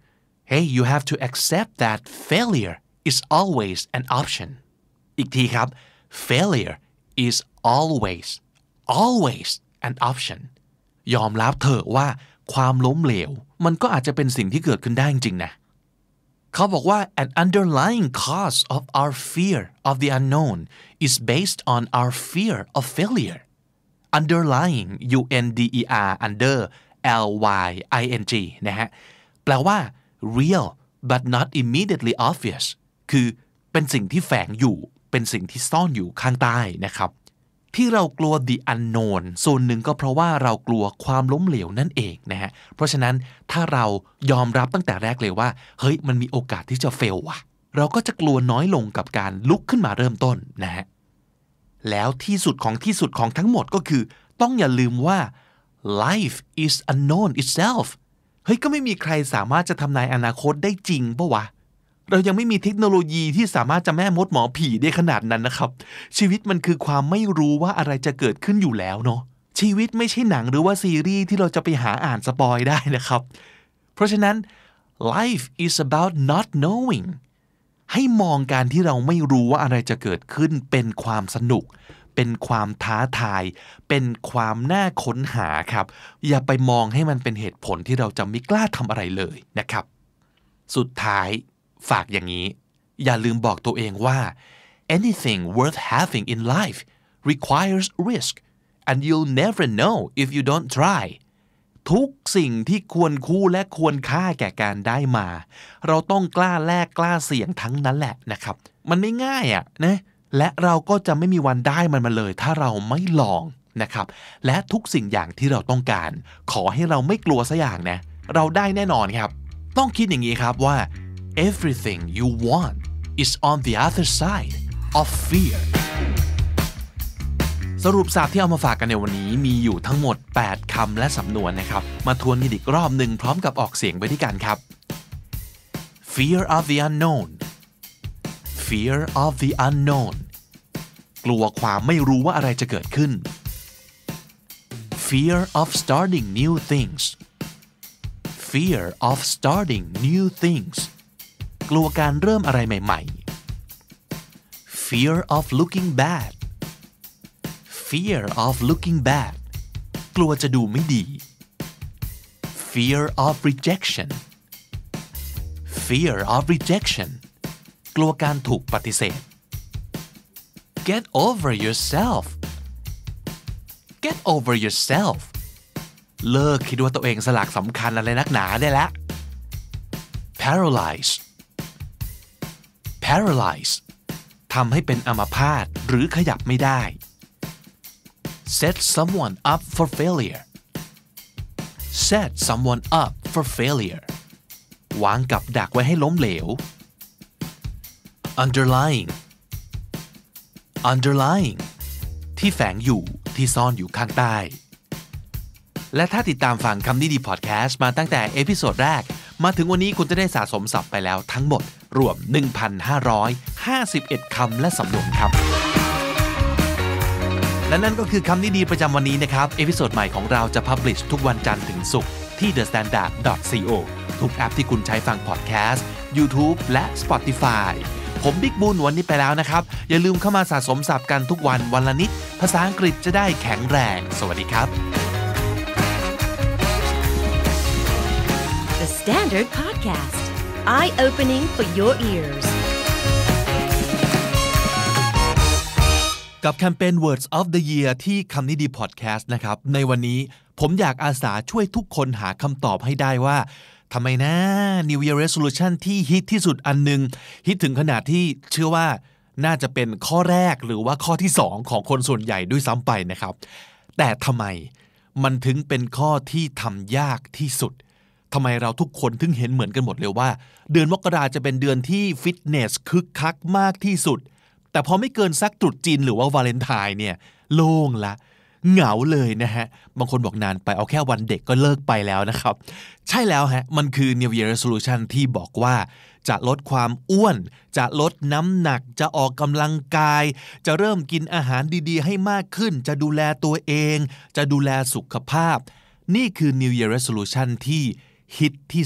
hey you have to accept that failure is always an option อีกทีครับ failure is always always an option ยอมรับเถอะว่าความล้มเหลวมันก็อาจจะเป็นสิ่งที่เกิดขึ้นได้จริงๆนะเขาบอกว่า an underlying cause of our fear of the unknown is based on our fear of failure underlying U N D E R under L Y I N G นะฮะแปลว่า real but not immediately obvious คือเป็นสิ่งที่แฝงอยู่เป็นสิ่งที่ซ่อนอยู่ข้างใต้นะครับที่เรากลัว the unknown ส่วนหนึ่งก็เพราะว่าเรากลัวความล้มเหลวนั่นเองนะฮะเพราะฉะนั้นถ้าเรายอมรับตั้งแต่แรกเลยว่าเฮ้ยมันมีโอกาสที่จะ fail ว่ะเราก็จะกลัวน้อยลงกับการลุกขึ้นมาเริ่มต้นนะฮะแล้วที่สุดของที่สุดของทั้งหมดก็คือต้องอย่าลืมว่า life is unknown itself เฮ้ยก็ไม่มีใครสามารถจะทำนายอนาคตได้จริงปะวะเรายังไม่มีเทคโนโลยีที่สามารถจะแม่มดหมอผีได้ขนาดนั้นนะครับชีวิตมันคือความไม่รู้ว่าอะไรจะเกิดขึ้นอยู่แล้วเนาะชีวิตไม่ใช่หนังหรือว่าซีรีส์ที่เราจะไปหาอ่านสปอยได้นะครับเพราะฉะนั้น life is about not knowing ให้มองการที่เราไม่รู้ว่าอะไรจะเกิดขึ้นเป็นความสนุกเป็นความท้าทายเป็นความน่าค้นหาครับอย่าไปมองให้มันเป็นเหตุผลที่เราจะไม่กล้าทำอะไรเลยนะครับสุดท้ายฝากอย่างนี้อย่าลืมบอกตัวเองว่า anything worth having in life requires risk and you'll never know if you don't try ทุกสิ่งที่ควรคู่และควรค่าแก่การได้มาเราต้องกล้าแลกกล้าเสี่ยงทั้งนั้นแหละนะครับมันไม่ง่ายอ่ะนะและเราก็จะไม่มีวันได้มันมาเลยถ้าเราไม่ลองนะครับและทุกสิ่งอย่างที่เราต้องการขอให้เราไม่กลัวสักอย่างนะเราได้แน่นอนครับต้องคิดอย่างนี้ครับว่าeverything you want is on the other side of fear สรุปศัพท์ที่เอามาฝากกันในวันนี้มีอยู่ทั้งหมดแปดคำและสำนวนนะครับมาทวนกันอีกรอบหนึ่งพร้อมกับออกเสียงไปด้วยกันครับ fear of the unknown fear of the unknown กลัวความไม่รู้ว่าอะไรจะเกิดขึ้น fear of starting new things fear of starting new thingsกลัวการเริ่มอะไรใหม่ๆ fear of looking bad fear of looking bad กลัวจะดูไม่ดี fear of rejection fear of rejection กลัวการถูกปฏิเสธ get over yourself get over yourself เลิกคิดว่าตัวเองสลากสำคัญอะไรนักหนาได้แล้ว paralyze paralyze ทำให้เป็นอัมพาตหรือขยับไม่ได้ set someone up for failure set someone up for failure วางกับดักไว้ให้ล้มเหลว underlying underlying ที่แฝงอยู่ที่ซ่อนอยู่ข้างใต้และถ้าติดตามฟังคำนี้ดีพอดแคสต์มาตั้งแต่เอพิโซดแรกมาถึงวันนี้คุณจะได้สะสมศัพท์ไปแล้วทั้งหมดรวม หนึ่งพันห้าร้อยห้าสิบเอ็ด คำและสำนวนครับและนั่นก็คือคำนี้ดีประจำวันนี้นะครับเอพิโซดใหม่ของเราจะพับลิชทุกวันจันทร์ถึงศุกร์ที่ เดอะ สแตนดาร์ด ดอท ซี โอ ทุกแอปที่คุณใช้ฟังพอดแคสต์ YouTube และ Spotify ผมบิ๊กบุญวันนี้ไปแล้วนะครับอย่าลืมเข้ามาสะสมศัพท์กันทุกวันวันละนิดภาษาอังกฤษจะได้แข็งแรงสวัสดีครับ The Standard Podcast Eye-opening for your ears กับแคมเปญ Words of the Year ที่คำนี้ดีพอดแคสต์นะครับในวันนี้ผมอยากอาสาช่วยทุกคนหาคำตอบให้ได้ว่าทำไมนะ New Year Resolution ที่ฮิตที่สุดอันนึงฮิตถึงขนาดที่เชื่อว่าน่าจะเป็นข้อแรกหรือว่าข้อที่สองของคนส่วนใหญ่ด้วยซ้ำไปนะครับแต่ทำไมมันถึงเป็นข้อที่ทำยากที่สุดทำไมเราทุกคนถึงเห็นเหมือนกันหมดเลยว่าเดือนมกราจะเป็นเดือนที่ฟิตเนสคึกคักมากที่สุดแต่พอไม่เกินสักตรุษจีนหรือว่าวาเลนไทน์เนี่ยโล่งละเหงาเลยนะฮะบางคนบอกนานไปเอาแค่วันเด็กก็เลิกไปแล้วนะครับใช่แล้วฮะมันคือ New Year Resolution ที่บอกว่าจะลดความอ้วนจะลดน้ำหนักจะออกกำลังกายจะเริ่มกินอาหารดีๆให้มากขึ้นจะดูแลตัวเองจะดูแลสุขภาพนี่คือ New Year Resolution ที่ฮิตที่สุด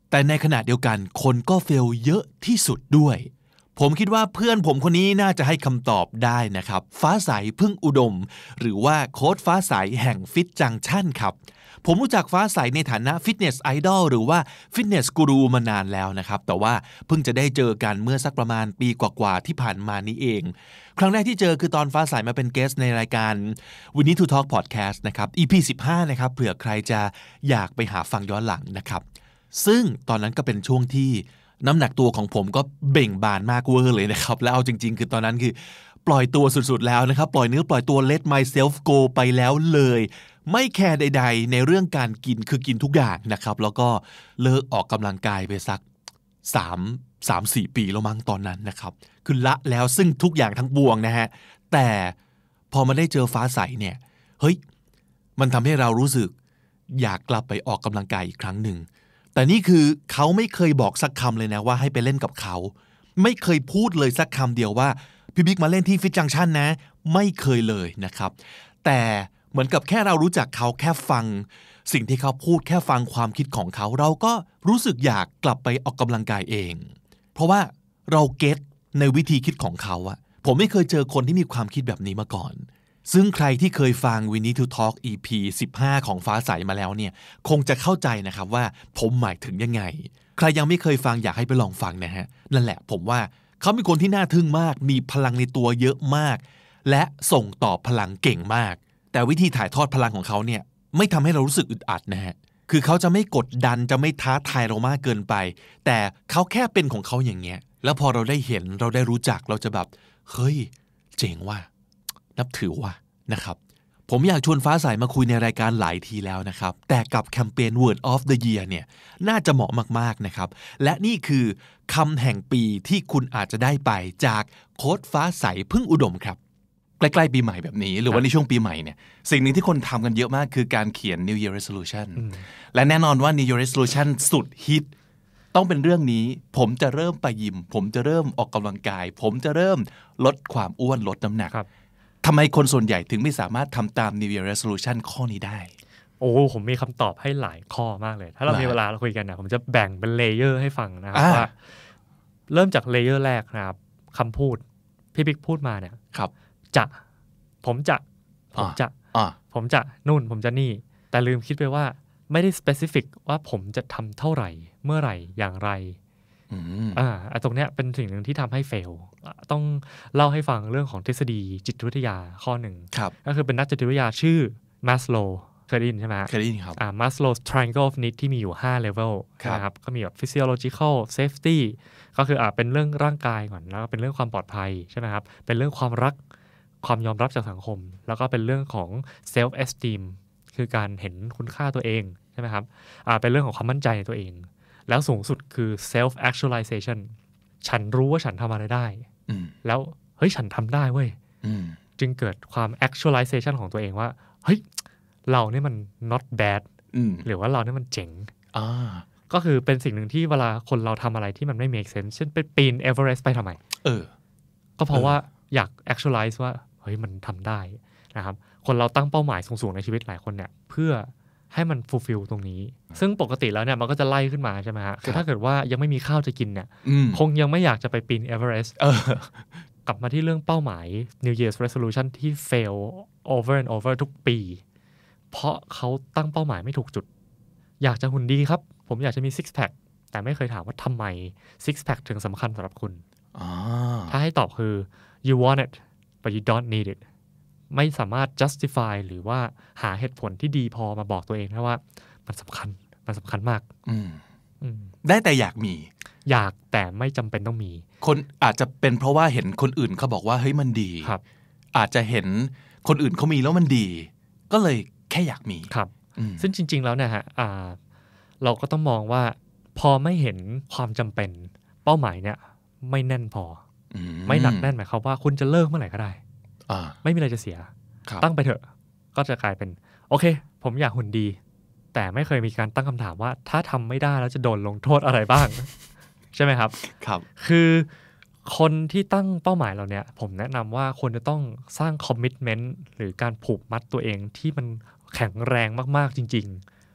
แต่ในขณะเดียวกันคนก็เฟลเยอะที่สุดด้วยผมคิดว่าเพื่อนผมคนนี้น่าจะให้คำตอบได้นะครับฟ้าใสพึ่งอุดมหรือว่าโค้ชฟ้าใสแห่งฟิตจังชั่นครับผมรู้จักฟ้าใสในฐานะฟิตเนสไอดอลหรือว่าฟิตเนสกูรูมานานแล้วนะครับแต่ว่าเพิ่งจะได้เจอกันเมื่อสักประมาณปีกว่าๆที่ผ่านมานี้เองครั้งแรกที่เจอคือตอนฟ้าใสมาเป็นเกสต์ในรายการ We Need to Talk Podcast นะครับ อี พี สิบห้านะครับเผื่อใครจะอยากไปหาฟังย้อนหลังนะครับซึ่งตอนนั้นก็เป็นช่วงที่น้ำหนักตัวของผมก็เบ่งบานมากเวอร์เลยนะครับแล้วเอาจริงๆคือตอนนั้นคือปล่อยตัวสุดๆแล้วนะครับปล่อยเนื้อปล่อยตัว let myself go ไปแล้วเลยไม่แคร์ใดๆในเรื่องการกินคือกินทุกอย่างนะครับแล้วก็เลิกออกกำลังกายไปสักสาม สาม สี่ปีแล้วมั้งตอนนั้นนะครับคือละแล้วซึ่งทุกอย่างทั้งปวงนะฮะแต่พอมาได้เจอฟ้าใสเนี่ยเฮ้ยมันทำให้เรารู้สึกอยากกลับไปออกกำลังกายอีกครั้งหนึ่งแต่นี่คือเขาไม่เคยบอกสักคำเลยนะว่าให้ไปเล่นกับเขาไม่เคยพูดเลยสักคำเดียวว่าพี่บิ๊กมาเล่นที่ฟิตจังชั่นนะไม่เคยเลยนะครับแต่เหมือนกับแค่เรารู้จักเขาแค่ฟังสิ่งที่เขาพูดแค่ฟังความคิดของเขาเราก็รู้สึกอยากกลับไปออกกำลังกายเองเพราะว่าเราเก็ตในวิธีคิดของเขาอะผมไม่เคยเจอคนที่มีความคิดแบบนี้มาก่อนซึ่งใครที่เคยฟัง We Need to Talk อี พี สิบห้าของฟ้าใสมาแล้วเนี่ยคงจะเข้าใจนะครับว่าผมหมายถึงยังไงใครยังไม่เคยฟังอยากให้ไปลองฟังนะฮะนั่นแหละผมว่าเขาเป็นคนที่น่าทึ่งมากมีพลังในตัวเยอะมากและส่งต่อพลังเก่งมากแต่วิธีถ่ายทอดพลังของเขาเนี่ยไม่ทำให้เรารู้สึกอึดอัดนะฮะคือเขาจะไม่กดดันจะไม่ท้าทายเรามากเกินไปแต่เขาแค่เป็นของเขาอย่างเงี้ยแล้วพอเราได้เห็นเราได้รู้จักเราจะแบบเฮ้ยเจ๋งว่ะนับถือว่ะนะครับผมอยากชวนฟ้าใสมาคุยในรายการหลายทีแล้วนะครับแต่กับแคมเปญ Word of the Year เนี่ยน่าจะเหมาะมากๆนะครับและนี่คือคำแห่งปีที่คุณอาจจะได้ไปจากโค้ชฟ้าใสพึ่งอุดมครับใกล้ๆปีใหม่แบบนี้หรือว่าในช่วงปีใหม่เนี่ยสิ่งหนึ่งที่คนทำกันเยอะมากคือการเขียน New Year Resolution และแน่นอนว่า New Year Resolution สุดฮิตต้องเป็นเรื่องนี้ผมจะเริ่มไปยิมผมจะเริ่มออกกำลังกายผมจะเริ่มลดความอ้วนลดน้ำหนักทำไมคนส่วนใหญ่ถึงไม่สามารถทำตาม New Year Resolution ข้อนี้ได้โอ้ผมมีคำตอบให้หลายข้อมากเลยถ้าเรามีเวลาเราคุยกันนะผมจะแบ่งเป็นเลเยอร์ให้ฟังนะครับว่าเริ่มจากเลเยอร์แรกนะครับคำพูดพี่บิ๊กพูดมาเนี่ยจะผมจะผมจะผมจะนู่นผมจะนี่แต่ลืมคิดไปว่าไม่ได้ specific ว่าผมจะทำเท่าไหร่เมื่อไหร่อย่างไรอ่าตรงเนี้ยเป็นสิ่งหนึ่งที่ทำให้เฟลต้องเล่าให้ฟังเรื่องของทฤษฎีจิตวิทยาข้อหนึ่งก็คือเป็นนักจิตวิทยาชื่อมัสโลว์เคยได้ยินใช่ไหมเคยได้ยินครับอ่า Maslow's Triangle of Needs ที่มีอยู่ห้า level นะครับก็มีแบบ physiological safety ก็คืออ่าเป็นเรื่องร่างกายก่อนแล้วก็เป็นเรื่องความปลอดภัยใช่ไหมครับเป็นเรื่องความรักความยอมรับจากสังคมแล้วก็เป็นเรื่องของ self esteem คือการเห็นคุณค่าตัวเองใช่ไหมครับอ่าเป็นเรื่องของความมั่นใจในตัวเองแล้วสูงสุดคือ self actualization ฉันรู้ว่าฉันทำอะไรได้แล้วเฮ้ยฉันทำได้เว้ยจึงเกิดความ actualization ของตัวเองว่าเฮ้ยเราเนี่ยมัน not bad หรือว่าเราเนี่ยมันเจ๋งก็คือเป็นสิ่งหนึ่งที่เวลาคนเราทำอะไรที่มันไม่ make sense เช่นไปปีน Everest ไปทำไมเออก็เพราะว่าอยาก actualize ว่าเฮ้ยมันทำได้นะครับคนเราตั้งเป้าหมายสูงๆในชีวิตหลายคนเนี่ยเพื่อให้มัน fulfill ตรงนี้ซึ่งปกติแล้วเนี่ยมันก็จะไล่ขึ้นมาใช่ไหมฮะคือถ้าเกิดว่ายังไม่มีข้าวจะกินเนี่ยคงยังไม่อยากจะไปปีน Everest กลับมาที่เรื่องเป้าหมาย New Year's Resolution ที่ fail over and over ทุกปีเพราะเขาตั้งเป้าหมายไม่ถูกจุดอยากจะหุ่นดีครับผมอยากจะมี six pack แต่ไม่เคยถามว่าทำไม six pack ถึงสำคัญสำหรับคุณถ้าให้ตอบคือ you want it but you don't need it ไม่สามารถ justify หรือว่าหาเหตุผลที่ดีพอมาบอกตัวเองได้ว่ามันสำคัญมันสำคัญมากได้แต่อยากมีอยากแต่ไม่จำเป็นต้องมีคนอาจจะเป็นเพราะว่าเห็นคนอื่นเขาบอกว่าเฮ้ยมันดีอาจจะเห็นคนอื่นเขามีแล้วมันดีก็เลยแค่อยากมีครับซึ่งจริงๆแล้วเนี่ยฮะเราก็ต้องมองว่าพอไม่เห็นความจำเป็นเป้าหมายเนี่ยไม่แน่นพอไม่หนักแน่นหมายความว่าคุณจะเลิกเมื่อไหร่ก็ได้ไม่มีอะไรจะเสียตั้งไปเถอะก็จะกลายเป็นโอเคผมอยากหุ่นดีแต่ไม่เคยมีการตั้งคำถามว่าถ้าทำไม่ได้แล้วจะโดนลงโทษอะไรบ้าง ใช่ไหมครับครับคือคนที่ตั้งเป้าหมายเราเนี่ยผมแนะนำว่าควรจะต้องสร้างคอมมิตเมนต์หรือการผูกมัดตัวเองที่มันแข็งแรงมากๆจริงๆ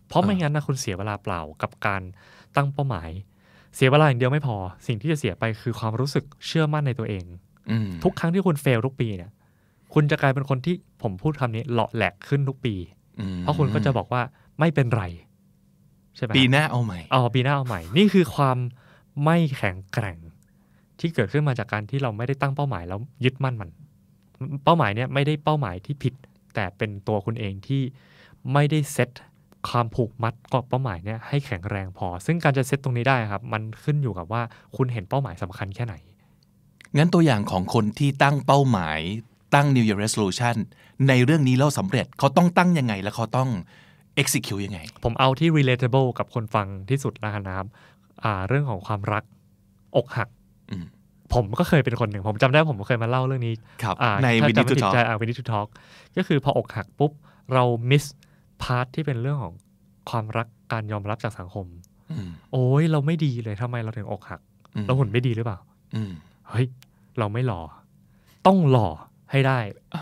เพราะไม่งั้นนะคุณเสียเวลาเปล่ากับการตั้งเป้าหมายเสียเวลาอย่างเดียวไม่พอสิ่งที่จะเสียไปคือความรู้สึกเชื่อมั่นในตัวเองทุกครั้งที่คุณเฟลทุกปีเนี่ยคุณจะกลายเป็นคนที่ผมพูดคำนี้เลาะแหลกขึ้นทุกปีเพราะคุณก็จะบอกว่าไม่เป็นไรใช่ไหมปีหน้าเอาใหม่อ๋อปีหน้าเอาใหม่นี่คือความไม่แข็งแกร่งที่เกิดขึ้นมาจากการที่เราไม่ได้ตั้งเป้าหมายแล้วยึดมั่นมันเป้าหมายเนี่ยไม่ได้เป้าหมายที่ผิดแต่เป็นตัวคุณเองที่ไม่ได้เซตความผูกมัดกับเป้าหมายเนี่ยให้แข็งแรงพอซึ่งการจะเซตตรงนี้ได้ครับมันขึ้นอยู่กับว่าคุณเห็นเป้าหมายสำคัญแค่ไหนงั้นตัวอย่างของคนที่ตั้งเป้าหมายตั้ง New Year Resolution ในเรื่องนี้แล้วสำเร็จเขาต้องตั้งยังไงและเขาต้อง execute ยังไงผมเอาที่ relatable กับคนฟังที่สุดแล้วนะครับอ่าเรื่องของความรักอกหักผมก็เคยเป็นคนหนึ่งผมจำได้ผมเคยมาเล่าเรื่องนี้ใน We Need to Talk อ่า We Need to Talk ก็คือพออกหักปุ๊บเรา miss พาร์ทที่เป็นเรื่องของความรักการยอมรับจากสังคมโอ้ยเราไม่ดีเลยทำไมเราถึงอกหักเราหุ่นไม่ดีหรือเปล่าเฮ้ยเราไม่หล่อต้องหล่อให้ได้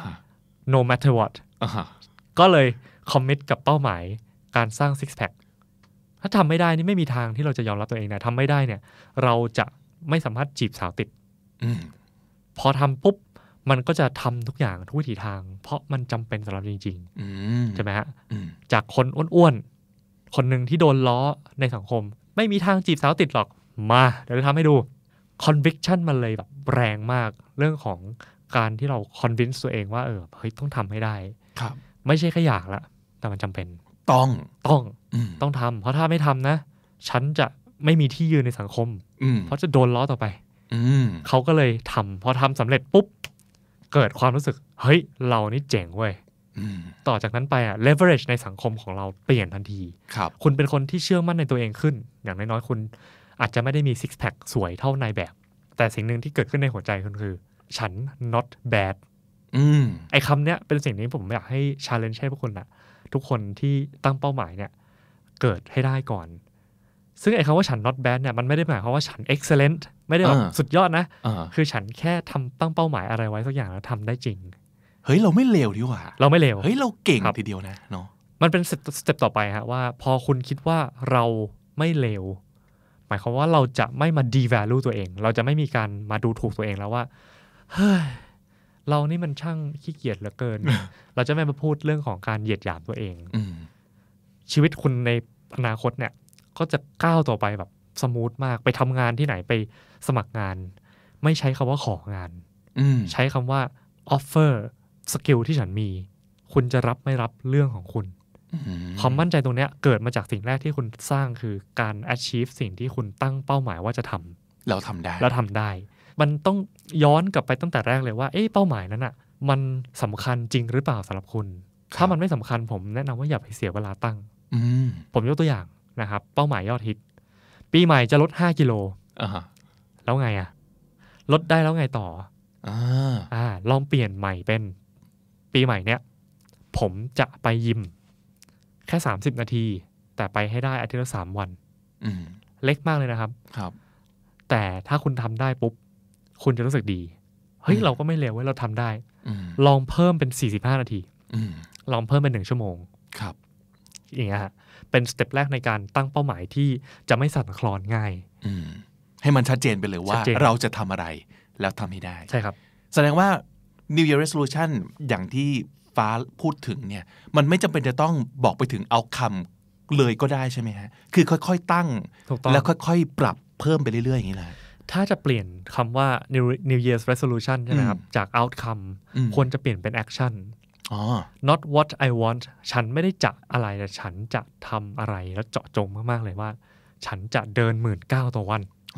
no matter what ก็เลยคอมมิตกับเป้าหมายการสร้าง six pack ถ้าทำไม่ได้นี่ไม่มีทางที่เราจะยอมรับตัวเองนะทำไม่ได้เนี่ยเราจะไม่สามารถจีบสาวติดพอทำปุ๊บมันก็จะทำทุกอย่างทุกวิถีทางเพราะมันจำเป็นสำหรับจริงๆใช่ไหมฮะจากคนอ้วนๆคนหนึ่งที่โดนล้อในสังคมไม่มีทางจีบสาวติดหรอกมาเดี๋ยวจะทำให้ดู conviction มันเลยแบบแรงมากเรื่องของการที่เรา convince ตัวเองว่าเออเฮ้ยต้องทำให้ได้ไม่ใช่แค่อยากละแต่มันจำเป็นต้องต้องต้องทำเพราะถ้าไม่ทำนะฉันจะไม่มีที่ยืนในสังคมเพราะจะโดนล้อต่อไปเขาก็เลยทำพอทำสำเร็จปุ๊บเกิดความรู้สึกเฮ้ยเรานี่เจ๋งเว้ยต่อจากนั้นไปอ่ะ leverage ในสังคมของเราเปลี่ยนทันทีคุณเป็นคนที่เชื่อมั่นในตัวเองขึ้นอย่างน้อยๆคุณอาจจะไม่ได้มี six pack สวยเท่านายแบบแต่สิ่งหนึ่งที่เกิดขึ้นในหัวใจคุณคือฉัน not bad ไอ้คำเนี้ยเป็นสิ่งที่ผมอยากให้ challenge ให้พวกคุณนะทุกคนที่ตั้งเป้าหมายเนี่ยเกิดให้ได้ก่อนซึ่งไอ้คำว่าฉัน not bad เนี่ยมันไม่ได้หมายความว่าฉัน excellent ไม่ได้แบบสุดยอดนะคือฉันแค่ทำตั้งเป้าหมายอะไรไว้สักอย่างแล้วทำได้จริงเฮ้ยเราไม่เลวดีกว่าเราไม่เลวเฮ้ยเราเก่งทีเดียวนะเนาะมันเป็นสเต็ปต่อไปฮะว่าพอคุณคิดว่าเราไม่เลวหมายความว่าเราจะไม่มา devalue ตัวเองเราจะไม่มีการมาดูถูกตัวเองแล้วว่าเฮ้ยเรานี่มันช่างขี้เกียจเหลือเกิน เราจะไม่มาพูดเรื่องของการเหยียดหยามตัวเองชีวิตคุณในอนาคตเนี่ยก็จะก้าวต่อไปแบบสมูทมากไปทำงานที่ไหนไปสมัครงานไม่ใช้คำว่าของานใช้คำว่า offer สกิลที่ฉันมีคุณจะรับไม่รับเรื่องของคุณความมั่นใจตรงนี้เกิดมาจากสิ่งแรกที่คุณสร้างคือการ achieve สิ่งที่คุณตั้งเป้าหมายว่าจะทำเราทำได้เราทำได้มันต้องย้อนกลับไปตั้งแต่แรกเลยว่าเอ๊ะเป้าหมายนั้นอ่ะมันสำคัญจริงหรือเปล่าสำหรับคุณถ้ามันไม่สำคัญผมแนะนำว่าอย่าไปเสียเวลาตั้งผมยกตัวอย่างนะครับเป้าหมายยอดฮิตปีใหม่จะลดห้ากิโลแล้วไงอ่ะลดได้แล้วไงต่ออ่าลองเปลี่ยนใหม่เป็นปีใหม่เนี้ยผมจะไปยิมแค่สามสิบนาทีแต่ไปให้ได้อาทิตย์ละสามวันเล็กมากเลยนะครับครับแต่ถ้าคุณทำได้ปุ๊บคุณจะรู้สึกดีเฮ้ยเราก็ไม่เลวเว้ยเราทำได้ลองเพิ่มเป็นสี่สิบห้านาทีลองเพิ่มเป็นหนึ่งชั่วโมงครับอย่างเงี้ยฮะเป็นสเต็ปแรกในการตั้งเป้าหมายที่จะไม่สั่นคลอนง่ายให้มันชัดเจนไปเลยว่าเราจะทำอะไรแล้วทำให้ได้ใช่ครับแสดงว่า New Year Resolution อย่างที่ฟ้าพูดถึงเนี่ยมันไม่จำเป็นจะต้องบอกไปถึง outcome เลยก็ได้ใช่ไหมฮะคือค่อยๆตั้งแล้วค่อยๆปรับเพิ่มไปเรื่อยๆอย่างนี้แหละถ้าจะเปลี่ยนคำว่า New, New Year's Resolution ใช่ไหมครับจาก outcome ควรจะเปลี่ยนเป็น action not what I want ฉันไม่ได้จะอะไรแต่ฉันจะทำอะไรแล้วเจาะจงมากๆเลยว่าฉันจะเดินหมื่นเก้าต่อวัน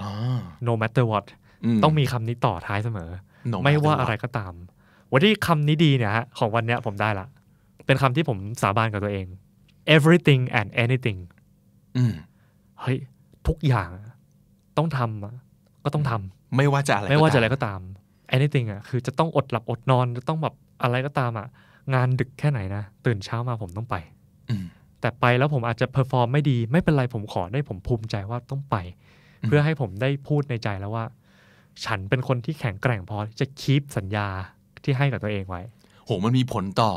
no matter what ต้องมีคำนี้ต่อท้ายเสมอ no ไม่ว่าอะไรก็ตามวันที่คำนี้ดีเนี่ยฮะของวันเนี้ยผมได้ละเป็นคำที่ผมสาบานกับตัวเอง everything and anything เฮ้ยทุกอย่างต้องทำก็ต้องทำไม่ว่าจะอะไรไม่ว่าจะอะไรก็ตาม anything อ่ะคือจะต้องอดหลับอดนอนจะต้องแบบอะไรก็ตามอ่ะงานดึกแค่ไหนนะตื่นเช้ามาผมต้องไปแต่ไปแล้วผมอาจจะเพอร์ฟอร์มไม่ดีไม่เป็นไรผมขอได้ผมภูมิใจว่าต้องไปเพื่อให้ผมได้พูดในใจแล้วว่าฉันเป็นคนที่แข็งแกร่งพอที่จะคีปสัญญาที่ให้กับตัวเองไว้โหมันมีผลต่อ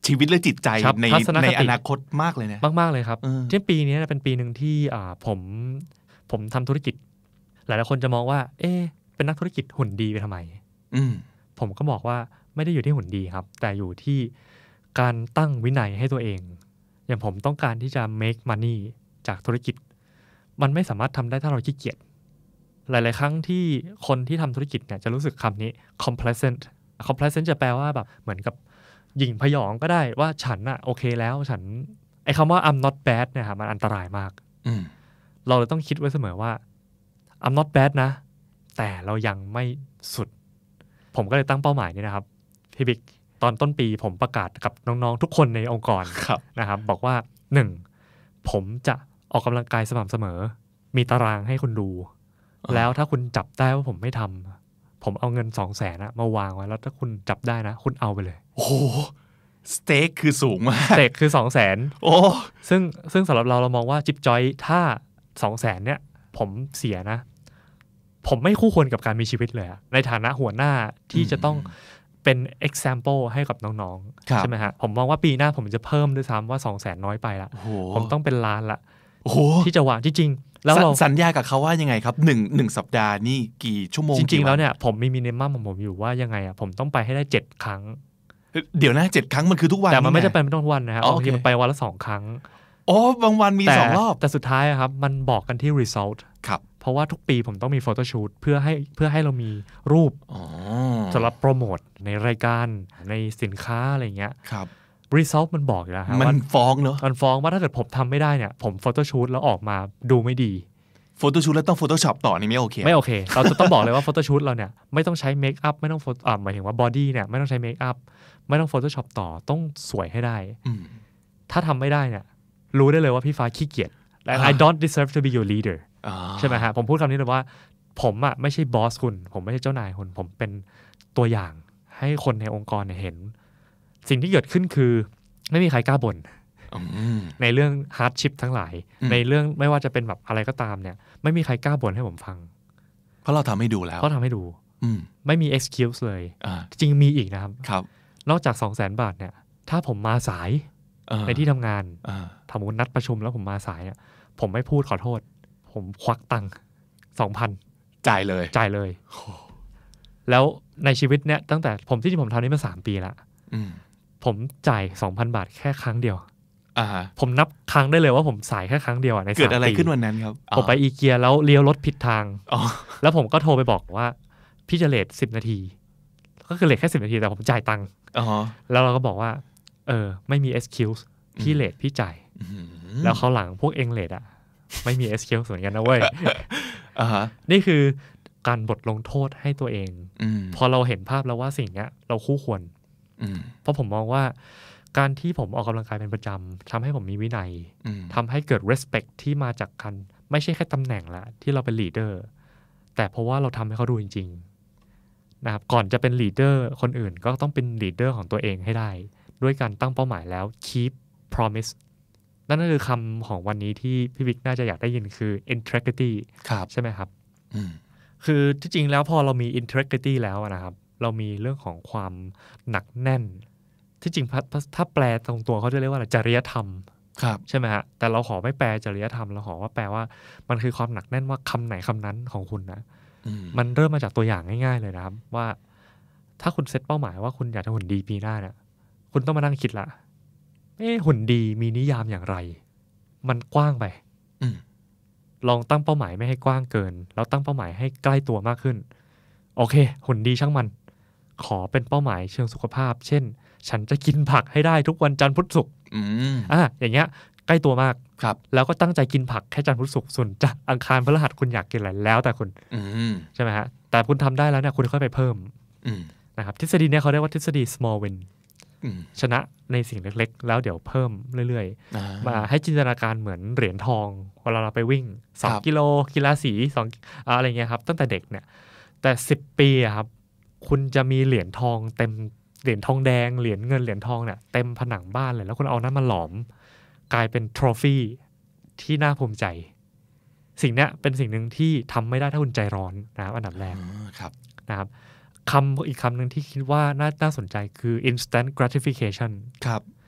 ชีวิตและจิตใจครับในทัศนคติในอนาคตมากเลยนะมากๆเลยครับเออเช่นปีนี้เป็นปีหนึ่งที่อ่าผมผมทำธุรกิจหลายๆคนจะมองว่าเอ๊ะเป็นนักธุรกิจหุ่นดีไปทำไมอืมผมก็บอกว่าไม่ได้อยู่ที่หุ่นดีครับ แต่อยู่ที่การตั้งวินัยให้ตัวเอง อย่างผมต้องการที่จะ make money จากธุรกิจ มันไม่สามารถทำได้ถ้าเราขี้เกียจหลายๆครั้งที่คนที่ทำธุรกิจเนี่ยจะรู้สึกคำนี้ complacent complacent จะแปลว่าแบบเหมือนกับหยิ่งพยองก็ได้ว่าฉันอะโอเคแล้วฉันไอ้คำว่า I'm not bad เนี่ยครับมันอันตรายมากอืมเราเลยต้องคิดไว้เสมอว่า I'm not bad นะ แต่เรายังไม่สุด ผมก็เลยตั้งเป้าหมายนี้นะครับพี่บิ๊กตอนต้นปีผมประกาศกับน้องๆทุกคนในองค์กรครับนะครับบอกว่าหนึ่งผมจะออกกำลังกายสม่ำเสมอมีตารางให้คุณดู แล้วถ้าคุณจับได้ว่าผมไม่ทำผมเอาเงินสองแสนมาวางไว้แล้วถ้าคุณจับได้นะคุณเอาไปเลยโอ้โหสเต็กคือสูงมากเต็กคือสองแสนโอ้ซึ่งซึ่งสำหรับเราเรามองว่าจิ๊บจอยถ้าสองแสนเนี่ยผมเสียนะ ผมไม่คู่ควรกับการมีชีวิตเลยอะในฐานะหัวหน้าที่จะต้องเป็น example ให้กับน้องครับๆใช่ไหมฮะผมมองว่าปีหน้าผมจะเพิ่มด้วยซ้ำว่าสองแสนน้อยไปละโอ้โหผมต้องเป็นล้านละโอ้โหที่จะวางจริงๆแล้วเราสสัญญากับเขาว่ายังไงครับหนึ่งหนึ่งสัปดาห์นี่กี่ชั่วโมงจริงกี่ๆนแล้วเนี่ยผมมีมินิมัมของผมอยู่ว่ายังไงอ่ะผมต้องไปให้ได้เจ็ดครั้งเดี๋ยวนะเจ็ดครั้งมันคือทุกวันแต่มันไม่ไงจะเป็นไม่ต้องทุกวันนะครับอ๋อบางทีโอเคมันไปวันละสองครั้งอ๋อบางวันมีแต่สองรอบแต่สุดท้ายอะครับมันบอกกันที่ result ครับเพราะว่าทุกปีผมต้องมีโฟโต้ชูตเพื่อให้เพื่อให้เรามีรูปอ๋อสำหรับโปรโมทในรายการในสินค้าอะไรเงี้ยครับ result มันบอกอยู่แล้วครับมันว่าฟ้องเนอะมันฟ้องว่าถ้าเกิดผมทำไม่ได้เนี่ยผมโฟโต้ชูตแล้วออกมาดูไม่ดีโฟโต้ชูตแล้วต้องโฟโต้ช็อปต่อนี่ไม่โอเคไม่โอเค เราจะต้องบอกเลยว่าโฟโต้ชูตเราเนี่ยไม่ต้องใช้เมคอัพไม่ต้อง photo- อ่าหมายถึงว่าบอดี้เนี่ยไม่ต้องใช้เมคอัพไม่ต้องโฟโต้ช็อปต่อต้องสวยให้ได้อืมถ้าทำไม่ได้เนี่ยรู้ได้เลยว่าพี่ฟ้าขี้เกียจและ I don't deserve to be your leader อ่าใช่ไหมฮะผมพูดคำนี้เลยว่าผมอ่ะไม่ใช่บอสคุณผมไม่ใช่เจ้านายคุณผมเป็นตัวอย่างให้คนในองค์กรเนี่ยเห็น สิ่งที่เกิดขึ้นคือไม่มีใครกล้าบ่นอืมในเรื่องฮาร์ดชิพทั้งหลายอืมในเรื่องไม่ว่าจะเป็นแบบอะไรก็ตามเนี่ยไม่มีใครกล้าบ่นให้ผมฟังเพราะเราทำให้ดูแล้วเพราะทำให้ดูอืมไม่มี excuse เลยอ่าจริงมีอีกนะครับครับนอกจาก สองแสน บาทเนี่ยถ้าผมมาสายอ่าในที่ทำงานอ่าสมมตินัดประชุมแล้วผมมาสายเนี่ยผมไม่พูดขอโทษ ผมควักตังค์สองพันจ่ายเลยจ่ายเลย แล้วในชีวิตเนี่ยตั้งแต่ผมที่ผมทำนี้มาสามปีละอืมผมจ่าย สองพัน บาทแค่ครั้งเดียวอ่าผมนับครั้งได้เลยว่าผมสายแค่ครั้งเดียวอะในเกิดสามอะไรปีขึ้นวันนั้นครับผมไปอีเกียแล้วเลี้ยวรถผิดทางอ๋อแล้วผมก็โทรไปบอกว่าพี่จะเลทสิบนาที ก็คือเลทแค่สิบนาทีแต่ผมจ่ายตังค์อ๋อแล้วเราก็บอกว่าเออไม่มี excuse พี่เลทพี่จ่ายอืมแล้วเขาวหลังพวกเองเลทอะไม่มี excuse เหมือนกันนะเว้ยอ่าฮะนี่คือการบทลงโทษให้ตัวเองอืมพอเราเห็นภาพแล้วว่าสิ่งเนี้ยเราคู่ควรอืมเพราะผมมองว่าการที่ผมออกกำลังกายเป็นประจำทำให้ผมมีวินัยอืมทำให้เกิด respect ที่มาจากการไม่ใช่แค่ตำแหน่งละที่เราเป็น leader แต่เพราะว่าเราทำให้เขาดูจริงๆนะครับก่อนจะเป็น leader คนอื่นก็ต้องเป็น leader ของตัวเองให้ได้ ด้วยการตั้งเป้าหมายแล้ว keep promise นั่นก็คือคำของวันนี้ที่พี่วิกน่าจะอยากได้ยินคือ integrity ครับใช่ไหมครับอืมคือที่จริงแล้วพอเรามี integrity แล้วอะนะครับเรามีเรื่องของความหนักแน่น ที่จริงถ้าแปลตรงตัวเขาจะเรียกว่าอะไรจริยธรรมครับใช่ไหมฮะแต่เราขอไม่แปลจริยธรรมเราขอว่าแปลว่ามันคือความหนักแน่นว่าคำไหนคำนั้นของคุณนะอืมมันเริ่มมาจากตัวอย่างง่ายๆเลยนะครับว่าถ้าคุณเซตเป้าหมายว่าคุณอยากจะหุ่นดีปีหน้าเนี่ยคุณต้องมานั่งคิดละเอ๊ะหุ่นดีมีนิยามอย่างไร มันกว้างไปอืมลองตั้งเป้าหมายไม่ให้กว้างเกินแล้วตั้งเป้าหมายให้ใกล้ตัวมากขึ้นโอเคหุ่นดีช่างมันขอเป็นเป้าหมายเชิงสุขภาพ เช่น ฉันจะกินผักให้ได้ทุกวันจันทร์พุธศุกร์อืมอ่ะอย่างเงี้ยใกล้ตัวมากครับแล้วก็ตั้งใจกินผักแค่จันทร์พุธศุกร์ส่วนจันทร์อังคารพฤหัสคุณอยากกินอะไรแล้วแต่คุณอืมใช่ไหมฮะแต่คุณทำได้แล้วเนี่ยคุณค่อยไปเพิ่มอืมนะครับทฤษฎีเนี้ยเขาเรียกว่าทฤษฎี small win อืมชนะในสิ่งเล็กๆ แล้วเดี๋ยวเพิ่มเรื่อยอ่าๆ มาให้จินตนาการเหมือนเหรียญทองเวลาเราไปวิ่งสองครับกิโลกีฬาสีสองอ่าอะไรเงี้ยครับตั้งแต่เด็กเนี่ยแต่สิบปีอะครับคุณจะมีเหรียญทองเต็มเหรียญทองแดงเหรียญเงินเหรียญทองเนี่ยเต็มผนังบ้านเลยแล้วคุณเอานั้นมาหลอมกลายเป็นทรอฟี่ที่น่าภูมิใจ สิ่งเนี้ยเป็นสิ่งหนึ่งที่ทำไม่ได้ถ้าคุณใจร้อนนะครับอันดับแรกอ๋อครับนะครับคำอีกคำหนึ่งที่คิดว่าน่าน่าสนใจคือ instant gratification ครับ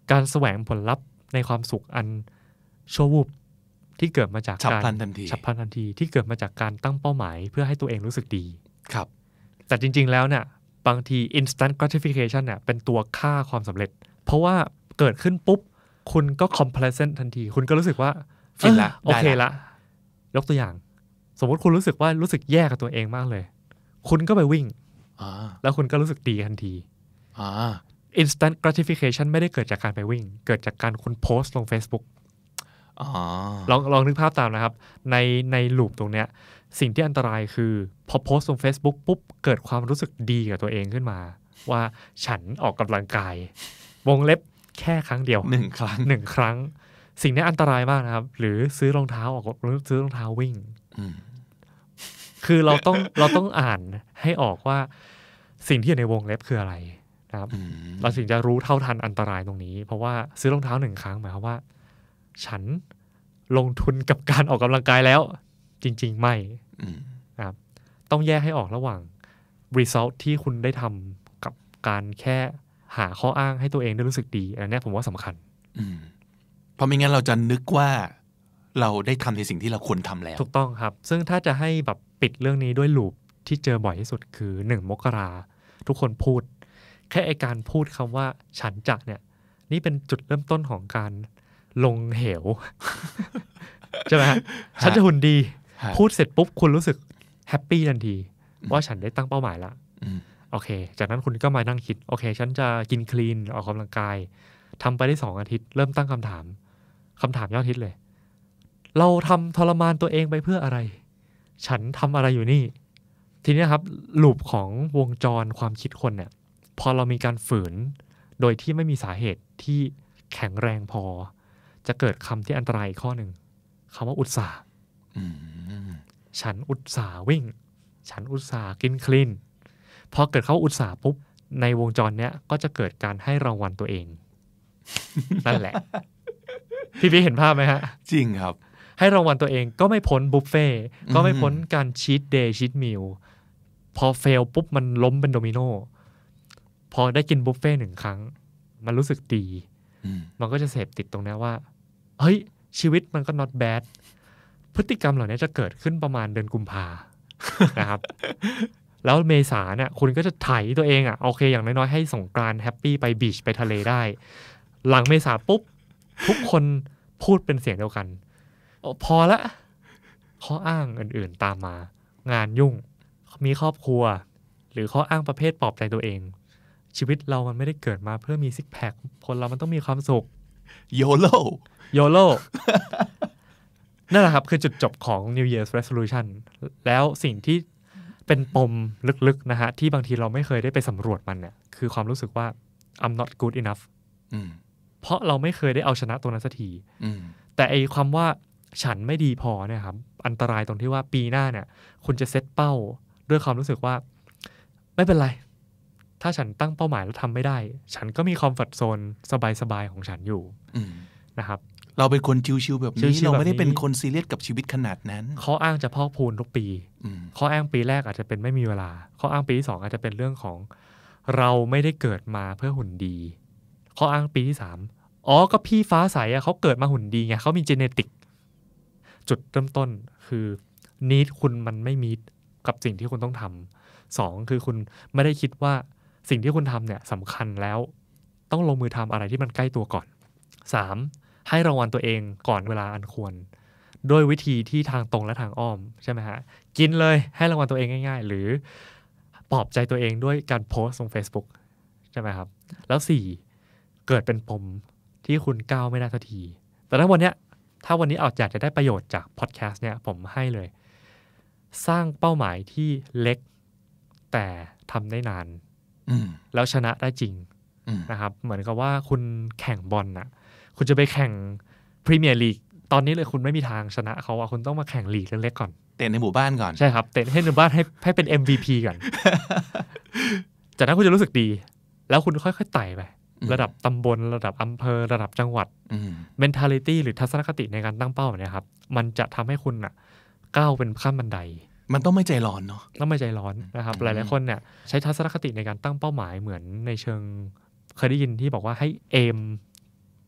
การแสวงผลลัพธ์ในความสุขอันชั่ววูบที่เกิดมาจากฉับการพลันทันทีฉับพลันทันทีที่เกิดมาจากการตั้งเป้าหมายเพื่อให้ตัวเองรู้สึกดีครับแต่จริงๆแล้วเนี่ยบางที instant gratification เนี่ยเป็นตัวฆ่าความสำเร็จ เพราะว่าเกิดขึ้นปุ๊บคุณก็ complacent ทันทีคุณก็รู้สึกว่าฟินละโอเคได้ละละยกตัวอย่าง สมมติคุณรู้สึกว่ารู้สึกแย่กับตัวเองมากเลยคุณก็ไปวิ่งอ่าแล้วคุณก็รู้สึกดีทันทีอ่า instant gratification ไม่ได้เกิดจากการไปวิ่งเกิดจากการคุณโพสต์ลง Facebook อ๋อลองลองนึกภาพตามนะครับในในลูปตรงเนี้ยสิ่งที่อันตรายคือพอโพสต์ลง Facebook ปุ๊บเกิดความรู้สึกดีกับตัวเองขึ้นมา ว่าฉันออกกำลังกายวงเล็บแค่ครั้งเดียวหนึ่งครั้งหนึ่งครั้ง สิ่งนี้อันตรายมากนะครับ หรือซื้อรองเท้าออกหรือซื้อรองเท้าวิ่งอืมคือเราต้องเราต้องอ่านให้ออกว่าสิ่งที่อยู่ในวงเล็บคืออะไรนะครับอืมเราถึงจะรู้เท่าทันอันตรายตรงนี้ เพราะว่าซื้อรองเท้าหนึ่งครั้งหมายความว่า ฉันลงทุนกับการออกกำลังกายแล้ว จริง ๆ ไม่อืมนะครับต้องแยกให้ออกระหว่าง result ที่คุณได้ทำกับการแค่หาข้ออ้างให้ตัวเองได้รู้สึกดีอันนี้ผมว่าสำคัญอืมเพราะไม่งั้นเราจะนึกว่าเราได้ทำในสิ่งที่เราควรทำแล้วถูกต้องครับ ซึ่งถ้าจะให้แบบปิดเรื่องนี้ด้วยลูปที่เจอบ่อยที่สุดคือหนึ่งมกราทุกคนพูด แค่ไอการพูดคำว่าฉันจะเนี่ยนี่เป็นจุดเริ่มต้นของการลงเหว ใช่ไหมฮะฉันจะหุ่นดีฮะพูดเสร็จปุ๊บคุณรู้สึกแฮปปี้ทันที ว่าฉันได้ตั้งเป้าหมายละอืมโอเค จากนั้นคุณก็มานั่งคิดโอเค ฉันจะกินคลีนออกกำลังกายทำไปได้สองอาทิตย์เริ่มตั้งคำถามคำถามยอดฮิตเลย เราทำทรมานตัวเองไปเพื่ออะไร ฉันทำอะไรอยู่นี่ ทีนี้ครับลูปของวงจรความคิดคนเนี่ยพอเรามีการฝืนโดยที่ไม่มีสาเหตุที่แข็งแรงพอ จะเกิดคำที่อันตรายอีกข้อหนึ่งคำว่าอุตสาห์อืมฉันอุตส่าห์วิ่ง ฉันอุตส่าห์กินคลีน พอเกิดเข้าอุตส่าห์ปุ๊บ ในวงจรเนี้ยก็จะเกิดการให้รางวัลตัวเอง นั่นแหละ พี่พี่เห็นภาพไหมฮะจริงครับให้รางวัลตัวเองก็ไม่พ้นบุฟเฟ่ต์ก็ไม่พ้นการชีทเดย์ชีทมิลพอเฟลปุ๊บมันล้มเป็นโดมิโน พอได้กินบุฟเฟ่ต์หนึ่งครั้ง มันรู้สึกดีอืมมันก็จะเสพติดตรงนี้ว่า เฮ้ย ชีวิตมันก็ not bad พฤติกรรมเหล่านี้จะเกิดขึ้นประมาณเดือนกุมภา นะครับ แล้วเมษาเนี่ยคุณก็จะไถตัวเองอ่ะโอเคอย่างน้อยๆให้สงกรานต์แฮปปี้ไปบีชไปทะเลได้ หลังเมษาปุ๊บ ทุกคนพูดเป็นเสียงเดียวกันโอ้พอละข้ออ้างอื่นๆตามมา งานยุ่งมีครอบครัว หรือข้ออ้างประเภทปลอบใจตัวเอง ชีวิตเรามันไม่ได้เกิดมาเพื่อมีซิกแพคคนเรามันต้องมีความสุขโยโลโยโล นั่นแหละครับคือจุดจบของ New Year's Resolution แล้วสิ่งที่เป็นปมลึกๆนะฮะที่บางทีเราไม่เคยได้ไปสำรวจมันเนี่ยคือความรู้สึกว่า I'm not good enough อืมเพราะเราไม่เคยได้เอาชนะตรงนั้นสักทีอืมแต่ไอความว่าฉันไม่ดีพอเนี่ยครับอันตรายตรงที่ว่าปีหน้าเนี่ยคุณจะเซตเป้าด้วยความรู้สึกว่าไม่เป็นไร ถ้าฉันตั้งเป้าหมายแล้วทำไม่ได้ ฉันก็มีคอมฟอร์ตโซนสบายๆของฉันอยู่อืมนะครับเราเป็นคนชิวๆแบบชินี้วๆเราไม่ได้แบบนี้เป็นคนซีเรียสกับชีวิตขนาดนั้นข้ออ้างจะพอกพูนทุกปีอืมข้ออ้างปีแรกอาจจะเป็นไม่มีเวลา ข้ออ้างปีที่สองอาจจะเป็นเรื่องของเราไม่ได้เกิดมาเพื่อหุ่นดี ข้ออ้างปีที่สามอ๋อก็พี่ฟ้าใสอะเขาเกิดมาหุ่นดีไงเขามีเจเนติกจุดเริ่มต้นคือนิดคุณมันไม่มีกับสิ่งที่คุณต้องทำสองคือคุณไม่ได้คิดว่าสิ่งที่คุณทำเนี่ยสำคัญแล้วต้องลงมือทำอะไรที่มันใกล้ตัวก่อนสามให้รางวัลตัวเองก่อนเวลาอันควรด้วยวิธีที่ทางตรงและทางอ้อมใช่ไหมฮะกินเลยให้รางวัลตัวเองง่ายๆหรือปลอบใจตัวเองด้วยการโพสต์ลง Facebook ใช่ไหมครับแล้วสี่เกิดเป็นปมที่คุณก้าวไม่ได้สักทีแต่ถ้าวันเนี้ยถ้าวันนี้เอาอยากจะได้ประโยชน์จากพอดแคสต์เนี่ยผมให้เลย สร้างเป้าหมายที่เล็กแต่ทำได้นานอืมแล้วชนะได้จริงอืมนะครับเหมือนกับว่าคุณแข่งบอลน่ะคุณจะไปแข่งพรีเมียร์ลีกตอนนี้เลยคุณไม่มีทางชนะเขาอะคุณต้องมาแข่งลีกเล็กๆก่อนเตะในหมู่บ้านก่อนใช่ครับเตะให้ในบ้านให้ให้เป็น เอ็ม วี พี ก่อน จากนั้นคุณจะรู้สึกดี แล้วคุณค่อยๆไต่ไประดับตำบลระดับอำเภอระดับจังหวัดอืม mentality หรือทัศนคติในการตั้งเป้าเนี่ยครับมันจะทำให้คุณน่ะก้าวเป็นขั้นบันไดมันต้องไม่ใจร้อนเนาะต้องไม่ใจร้อนนะครับอืมหลายๆคนเนี่ยใช้ทัศนคติในการตั้งเป้าหมายเหมือนในเชิงเคยได้ยินที่บอกว่าให้ aim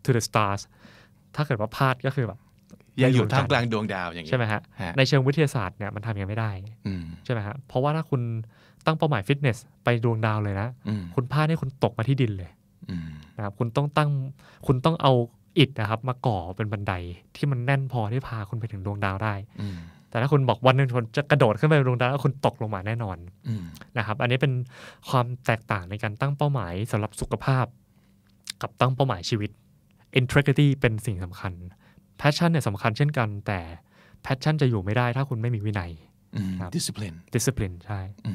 to the stars ถ้าเกิดว่าพลาดก็คือแบบยังอยู่ท่ามกลางดวงดาวอย่างนี้ใช่ไหมฮะในเชิงวิทยาศาสตร์เนี่ยมันทำยังไม่ได้ใช่ไหมฮะเพราะว่าถ้าคุณตั้งเป้าหมายฟิตเนสไปดวงดาวเลยนะคุณพลาดให้คุณตกมาที่ดินเลยนะครับคุณต้องตั้งคุณต้องเอาอิฐนะครับมาก่อเป็นบันไดที่มันแน่นพอที่พาคุณไปถึงดวงดาวได้แต่ถ้าคุณบอกวันนึงคุณจะกระโดดขึ้นไปดวงดาวแล้วคุณตกลงมาแน่นอนนะครับอันนี้เป็นความแตกต่างในการตั้งเป้าหมายสำหรับสุขภาพกับตั้งเป้าหมายชีวิต integrity เป็นสิ่งสำคัญ passion เนี่ยสำคัญเช่นกันแต่ passion จะอยู่ไม่ได้ถ้าคุณไม่มีวินัย discipline discipline ใช่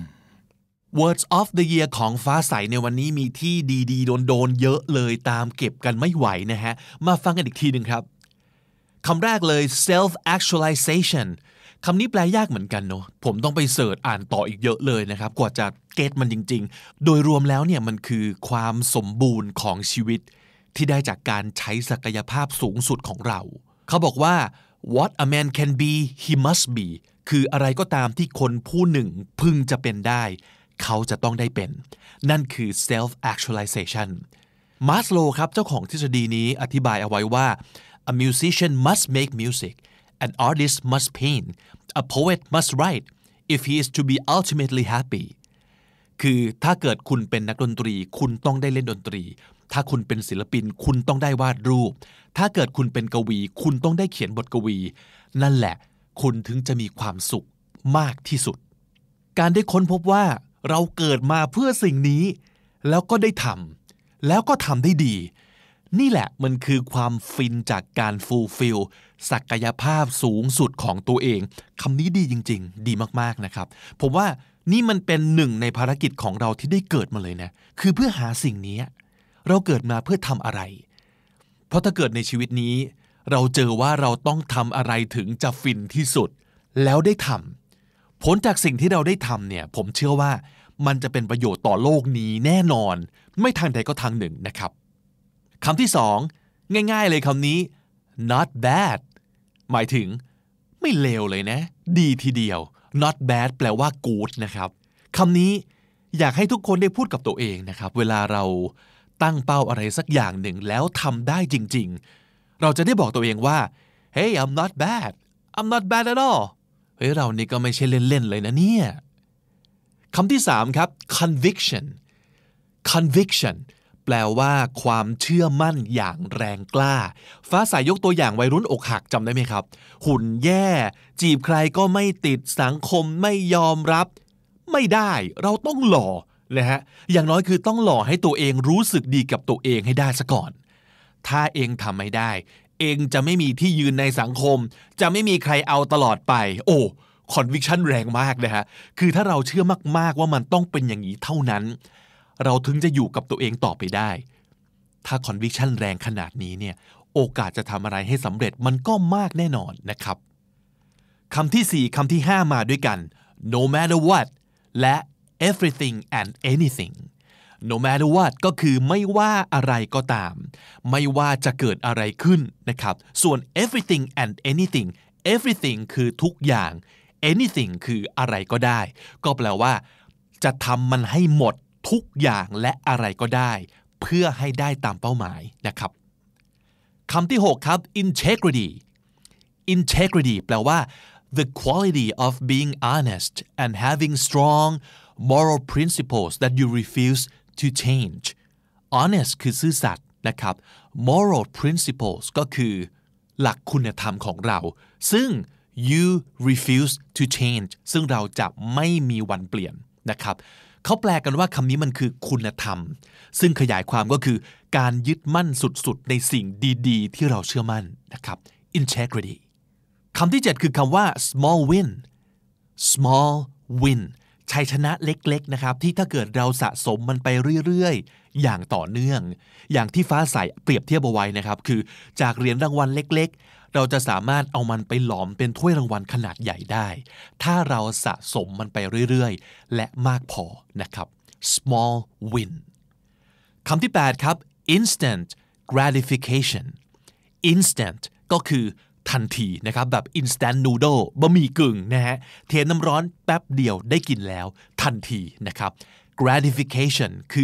Words of the year ของฟ้าใสในวันนี้มีที่ดีๆโดนๆเยอะเลยตามเก็บกันไม่ไหวนะฮะมาฟังกันอีกทีหนึ่งครับคำแรกเลย self actualization คำนี้แปลยากเหมือนกันเนาะผมต้องไปเสิร์ชอ่านต่ออีกเยอะเลยนะครับกว่าจะเก็ตมันจริงๆโดยรวมแล้วเนี่ยมันคือความสมบูรณ์ของชีวิตที่ได้จากการใช้ศักยภาพสูงสุดของเราเขาบอกว่า what a man can be he must be คืออะไรก็ตามที่คนผู้หนึ่งพึงจะเป็นได้เขาจะต้องได้เป็นนั่นคือ self actualization มาสโลว์ครับเจ้าของทฤษฎีนี้อธิบายเอาไว้ว่า a musician must make music an artist must paint a poet must write if he is to be ultimately happy คือถ้าเกิดคุณเป็นนักดนตรีคุณต้องได้เล่นดนตรีถ้าคุณเป็นศิลปินคุณต้องได้วาดรูปถ้าเกิดคุณเป็นกวีคุณต้องได้เขียนบทกวีนั่นแหละคุณถึงจะมีความสุขมากที่สุดการได้ค้นพบว่าเราเกิดมาเพื่อสิ่งนี้แล้วก็ได้ทำแล้วก็ทำได้ดีนี่แหละมันคือความฟินจากการฟูลฟิลศักยภาพสูงสุดของตัวเองคำนี้ดีจริงๆดีมากๆนะครับผมว่านี่มันเป็นหนึ่งในภารกิจของเราที่ได้เกิดมาเลยนะคือเพื่อหาสิ่งนี้เราเกิดมาเพื่อทำอะไรเพราะถ้าเกิดในชีวิตนี้เราเจอว่าเราต้องทำอะไรถึงจะฟินที่สุดแล้วได้ทำผลจากสิ่งที่เราได้ทำเนี่ยผมเชื่อว่ามันจะเป็นประโยชน์ต่อโลกนี้แน่นอนไม่ทางใดก็ทางหนึ่งนะครับคำที่สองง่ายๆเลยคำนี้ not bad หมายถึงไม่เลวเลยนะดีทีเดียว not bad แปลว่า good นะครับคำนี้อยากให้ทุกคนได้พูดกับตัวเองนะครับเวลาเราตั้งเป้าอะไรสักอย่างหนึ่งแล้วทำได้จริงๆเราจะได้บอกตัวเองว่า hey I'm not bad I'm not bad at all เฮ้ยเรานี่ก็ไม่ใช่เล่นๆเลยนะเนี่ยคำที่สามครับ conviction conviction แปลว่าความเชื่อมั่นอย่างแรงกล้าฟ้าใสยกตัวอย่างวัยรุ่นอกหักจำได้ไหมครับหุ่นแย่จีบใครก็ไม่ติดสังคมไม่ยอมรับไม่ได้เราต้องหล่อนะฮะอย่างน้อยคือต้องหล่อให้ตัวเองรู้สึกดีกับตัวเองให้ได้ซะก่อนถ้าเองทำไม่ได้เองจะไม่มีที่ยืนในสังคมจะไม่มีใครเอาตลอดไปโอ้conviction แรงมากนะฮะคือถ้าเราเชื่อมากๆว่ามันต้องเป็นอย่างนี้เท่านั้นเราถึงจะอยู่กับตัวเองต่อไปได้ถ้า conviction แรงขนาดนี้เนี่ยโอกาสจะทำอะไรให้สำเร็จมันก็มากแน่นอนนะครับคำที่สี่คำที่ห้ามาด้วยกัน no matter what และ everything and anything no matter what ก็คือไม่ว่าอะไรก็ตามไม่ว่าจะเกิดอะไรขึ้นนะครับส่วน everything and anything everything คือทุกอย่าง anything คืออะไรก็ได้ก็แปลว่าจะทำมันให้หมดทุกอย่างและอะไรก็ได้เพื่อให้ได้ตามเป้าหมายนะครับคำที่หกครับ integrity integrity แปลว่า the quality of being honest and having strong moral principles that you refuse to change honest คือซื่อสัตย์นะครับ moral principles ก็คือหลักคุณธรรมของเราซึ่ง you refuse to change ซึ่งเราจะไม่มีวันเปลี่ยนนะครับเขาแปลกันว่าคำนี้มันคือคุณธรรมซึ่งขยายความก็คือการยึดมั่นสุดๆในสิ่งดีๆที่เราเชื่อมั่นนะครับ integrity คำที่เจ็ดคือคำว่า small win small win ชัยชนะเล็กๆนะครับที่ถ้าเกิดเราสะสมมันไปเรื่อยๆอย่างต่อเนื่องอย่างที่ฟ้าใสเปรียบเทียบเอาไว้นะครับคือจากเหรียญรางวัลเล็กๆเราจะสามารถเอามันไปหลอมเป็นถ้วยรางวัลขนาดใหญ่ได้ถ้าเราสะสมมันไปเรื่อยๆและมากพอนะครับ small win คำที่แปดครับ instant gratification instant ก็คือทันทีนะครับแบบ instant noodle บะหมี่กึ่งนะฮะเทน้ำร้อนแป๊บเดียวได้กินแล้วทันทีนะครับ gratification คือ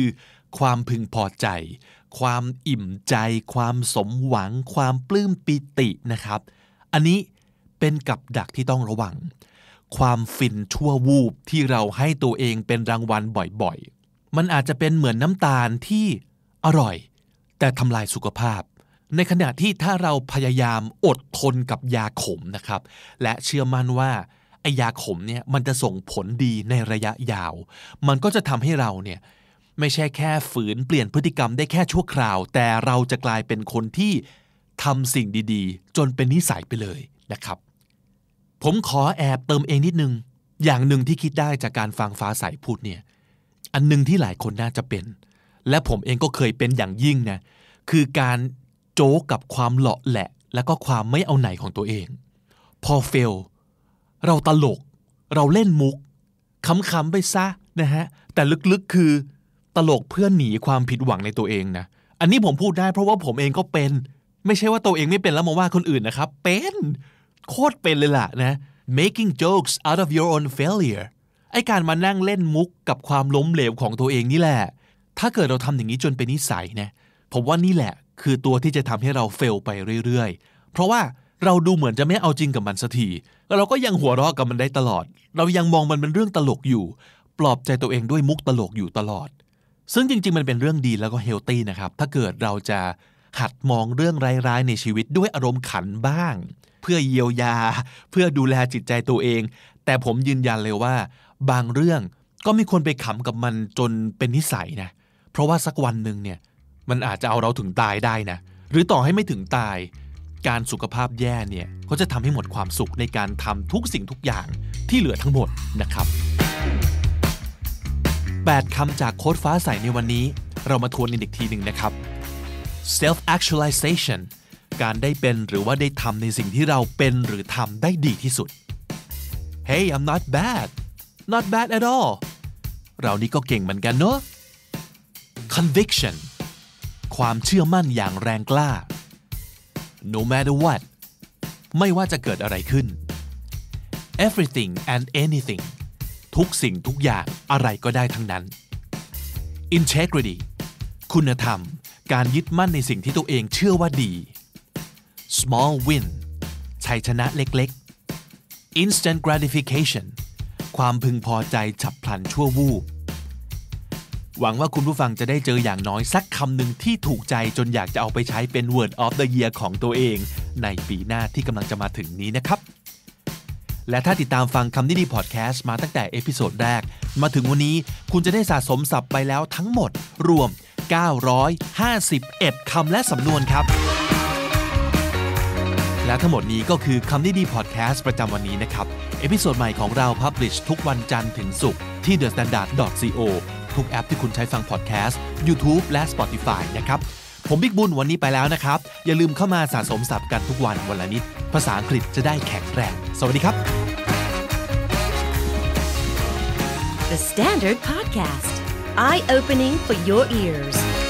ความพึงพอใจความอิ่มใจความสมหวังความปลื้มปิตินะครับอันนี้เป็นกับดักที่ต้องระวังความฟินชั่ววูบที่เราให้ตัวเองเป็นรางวัลบ่อยๆมันอาจจะเป็นเหมือนน้ำตาลที่อร่อยแต่ทำลายสุขภาพในขณะที่ถ้าเราพยายามอดทนกับยาขมนะครับและเชื่อมั่นว่าไอ้ยาขมเนี่ยมันจะส่งผลดีในระยะยาวมันก็จะทำให้เราเนี่ยไม่ใช่แค่ฝืนเปลี่ยนพฤติกรรมได้แค่ชั่วคราวแต่เราจะกลายเป็นคนที่ทำสิ่งดีๆจนเป็นนิสัยไปเลยนะครับผมขอแอบเติมเองนิดนึงอย่างหนึ่งที่คิดได้จากการฟังฟ้าใสพูดเนี่ยอันนึงที่หลายคนน่าจะเป็นและผมเองก็เคยเป็นอย่างยิ่งนะคือการโจ๊กกับความเหลาะแหละแล้วก็ความไม่เอาไหนของตัวเองพอเฟลเราตลกเราเล่นมุกขำๆไปซะนะฮะแต่ลึกๆคือตลกเพื่อหนีความผิดหวังในตัวเองนะอันนี้ผมพูดได้เพราะว่าผมเองก็เป็นไม่ใช่ว่าตัวเองไม่เป็นแล้วมาว่าคนอื่นนะครับเป็นโคตรเป็นเลยล่ะนะ making jokes out of your own failure ไอ้การมานั่งเล่นมุกกับความล้มเหลวของตัวเองนี่แหละถ้าเกิดเราทำอย่างนี้จนเป็นนิสัยนะผมว่านี่แหละคือตัวที่จะทำให้เราเฟลไปเรื่อยๆเพราะว่าเราดูเหมือนจะไม่เอาจริงกับมันสักทีแล้วเราก็ยังหัวเราะกับมันได้ตลอดเรายังมองมันเป็นเรื่องตลกอยู่ปลอบใจตัวเองด้วยมุกตลกอยู่ตลอดซึ่งจริงๆมันเป็นเรื่องดีแล้วก็เฮลตี้นะครับถ้าเกิดเราจะหัดมองเรื่องร้ายๆในชีวิตด้วยอารมณ์ขันบ้างเพื่อเยียวยาเพื่อดูแลจิตใจตัวเองแต่ผมยืนยันเลยว่าบางเรื่องก็มีคนไปขำกับมันจนเป็นนิสัยนะเพราะว่าสักวันหนึ่งเนี่ยมันอาจจะเอาเราถึงตายได้นะหรือต่อให้ไม่ถึงตายการสุขภาพแย่เนี่ยก็จะทำให้หมดความสุขในการทำทุกสิ่งทุกอย่างที่เหลือทั้งหมดนะครับแปดคำจากโค้ดฟ้าใสในวันนี้เรามาทวนอีกทีหนึ่งนะครับ self actualization การได้เป็นหรือว่าได้ทำในสิ่งที่เราเป็นหรือทำได้ดีที่สุด Hey I'm not bad not bad at all เรานี่ก็เก่งเหมือนกันเนอะ conviction ความเชื่อมั่นอย่างแรงกล้า no matter what ไม่ว่าจะเกิดอะไรขึ้น everything and anything ทุกสิ่งทุกอย่างอะไรก็ได้ทั้งนั้น integrity คุณธรรมการยึดมั่นในสิ่งที่ตัวเองเชื่อว่าดี small win ชัยชนะเล็กๆ instant gratification ความพึงพอใจฉับพลันชั่ววูบหวังว่าคุณผู้ฟังจะได้เจออย่างน้อยสักคำหนึ่งที่ถูกใจจนอยากจะเอาไปใช้เป็น Word of the Year ของตัวเองในปีหน้าที่กำลังจะมาถึงนี้นะครับและถ้าติดตามฟังคำนี้ดีพอดแคสต์มาตั้งแต่เอพิโซดแรกมาถึงวันนี้คุณจะได้สะสมศัพท์ไปแล้วทั้งหมดรวมเก้าร้อยห้าสิบเอ็ดคำและสำนวนครับและทั้งหมดนี้ก็คือคำนี้ดีพอดแคสต์ประจำวันนี้นะครับเอพิโซดใหม่ของเราพับลิชทุกวันจันทร์ถึงศุกร์ที่ เดอะสแตนดาร์ด ดอท ซี โอ ทุกแอปที่คุณใช้ฟังพอดแคสต์ YouTube และ Spotify นะครับผมบิ๊กบุญวันนี้ไปแล้วนะครับอย่าลืมเข้ามาสะสมศัพท์กันทุกวันวันละนิดภาษาอังกฤษจะได้แข็งแรงสวัสดีครับ The Standard Podcast Eye Opening for Your Ears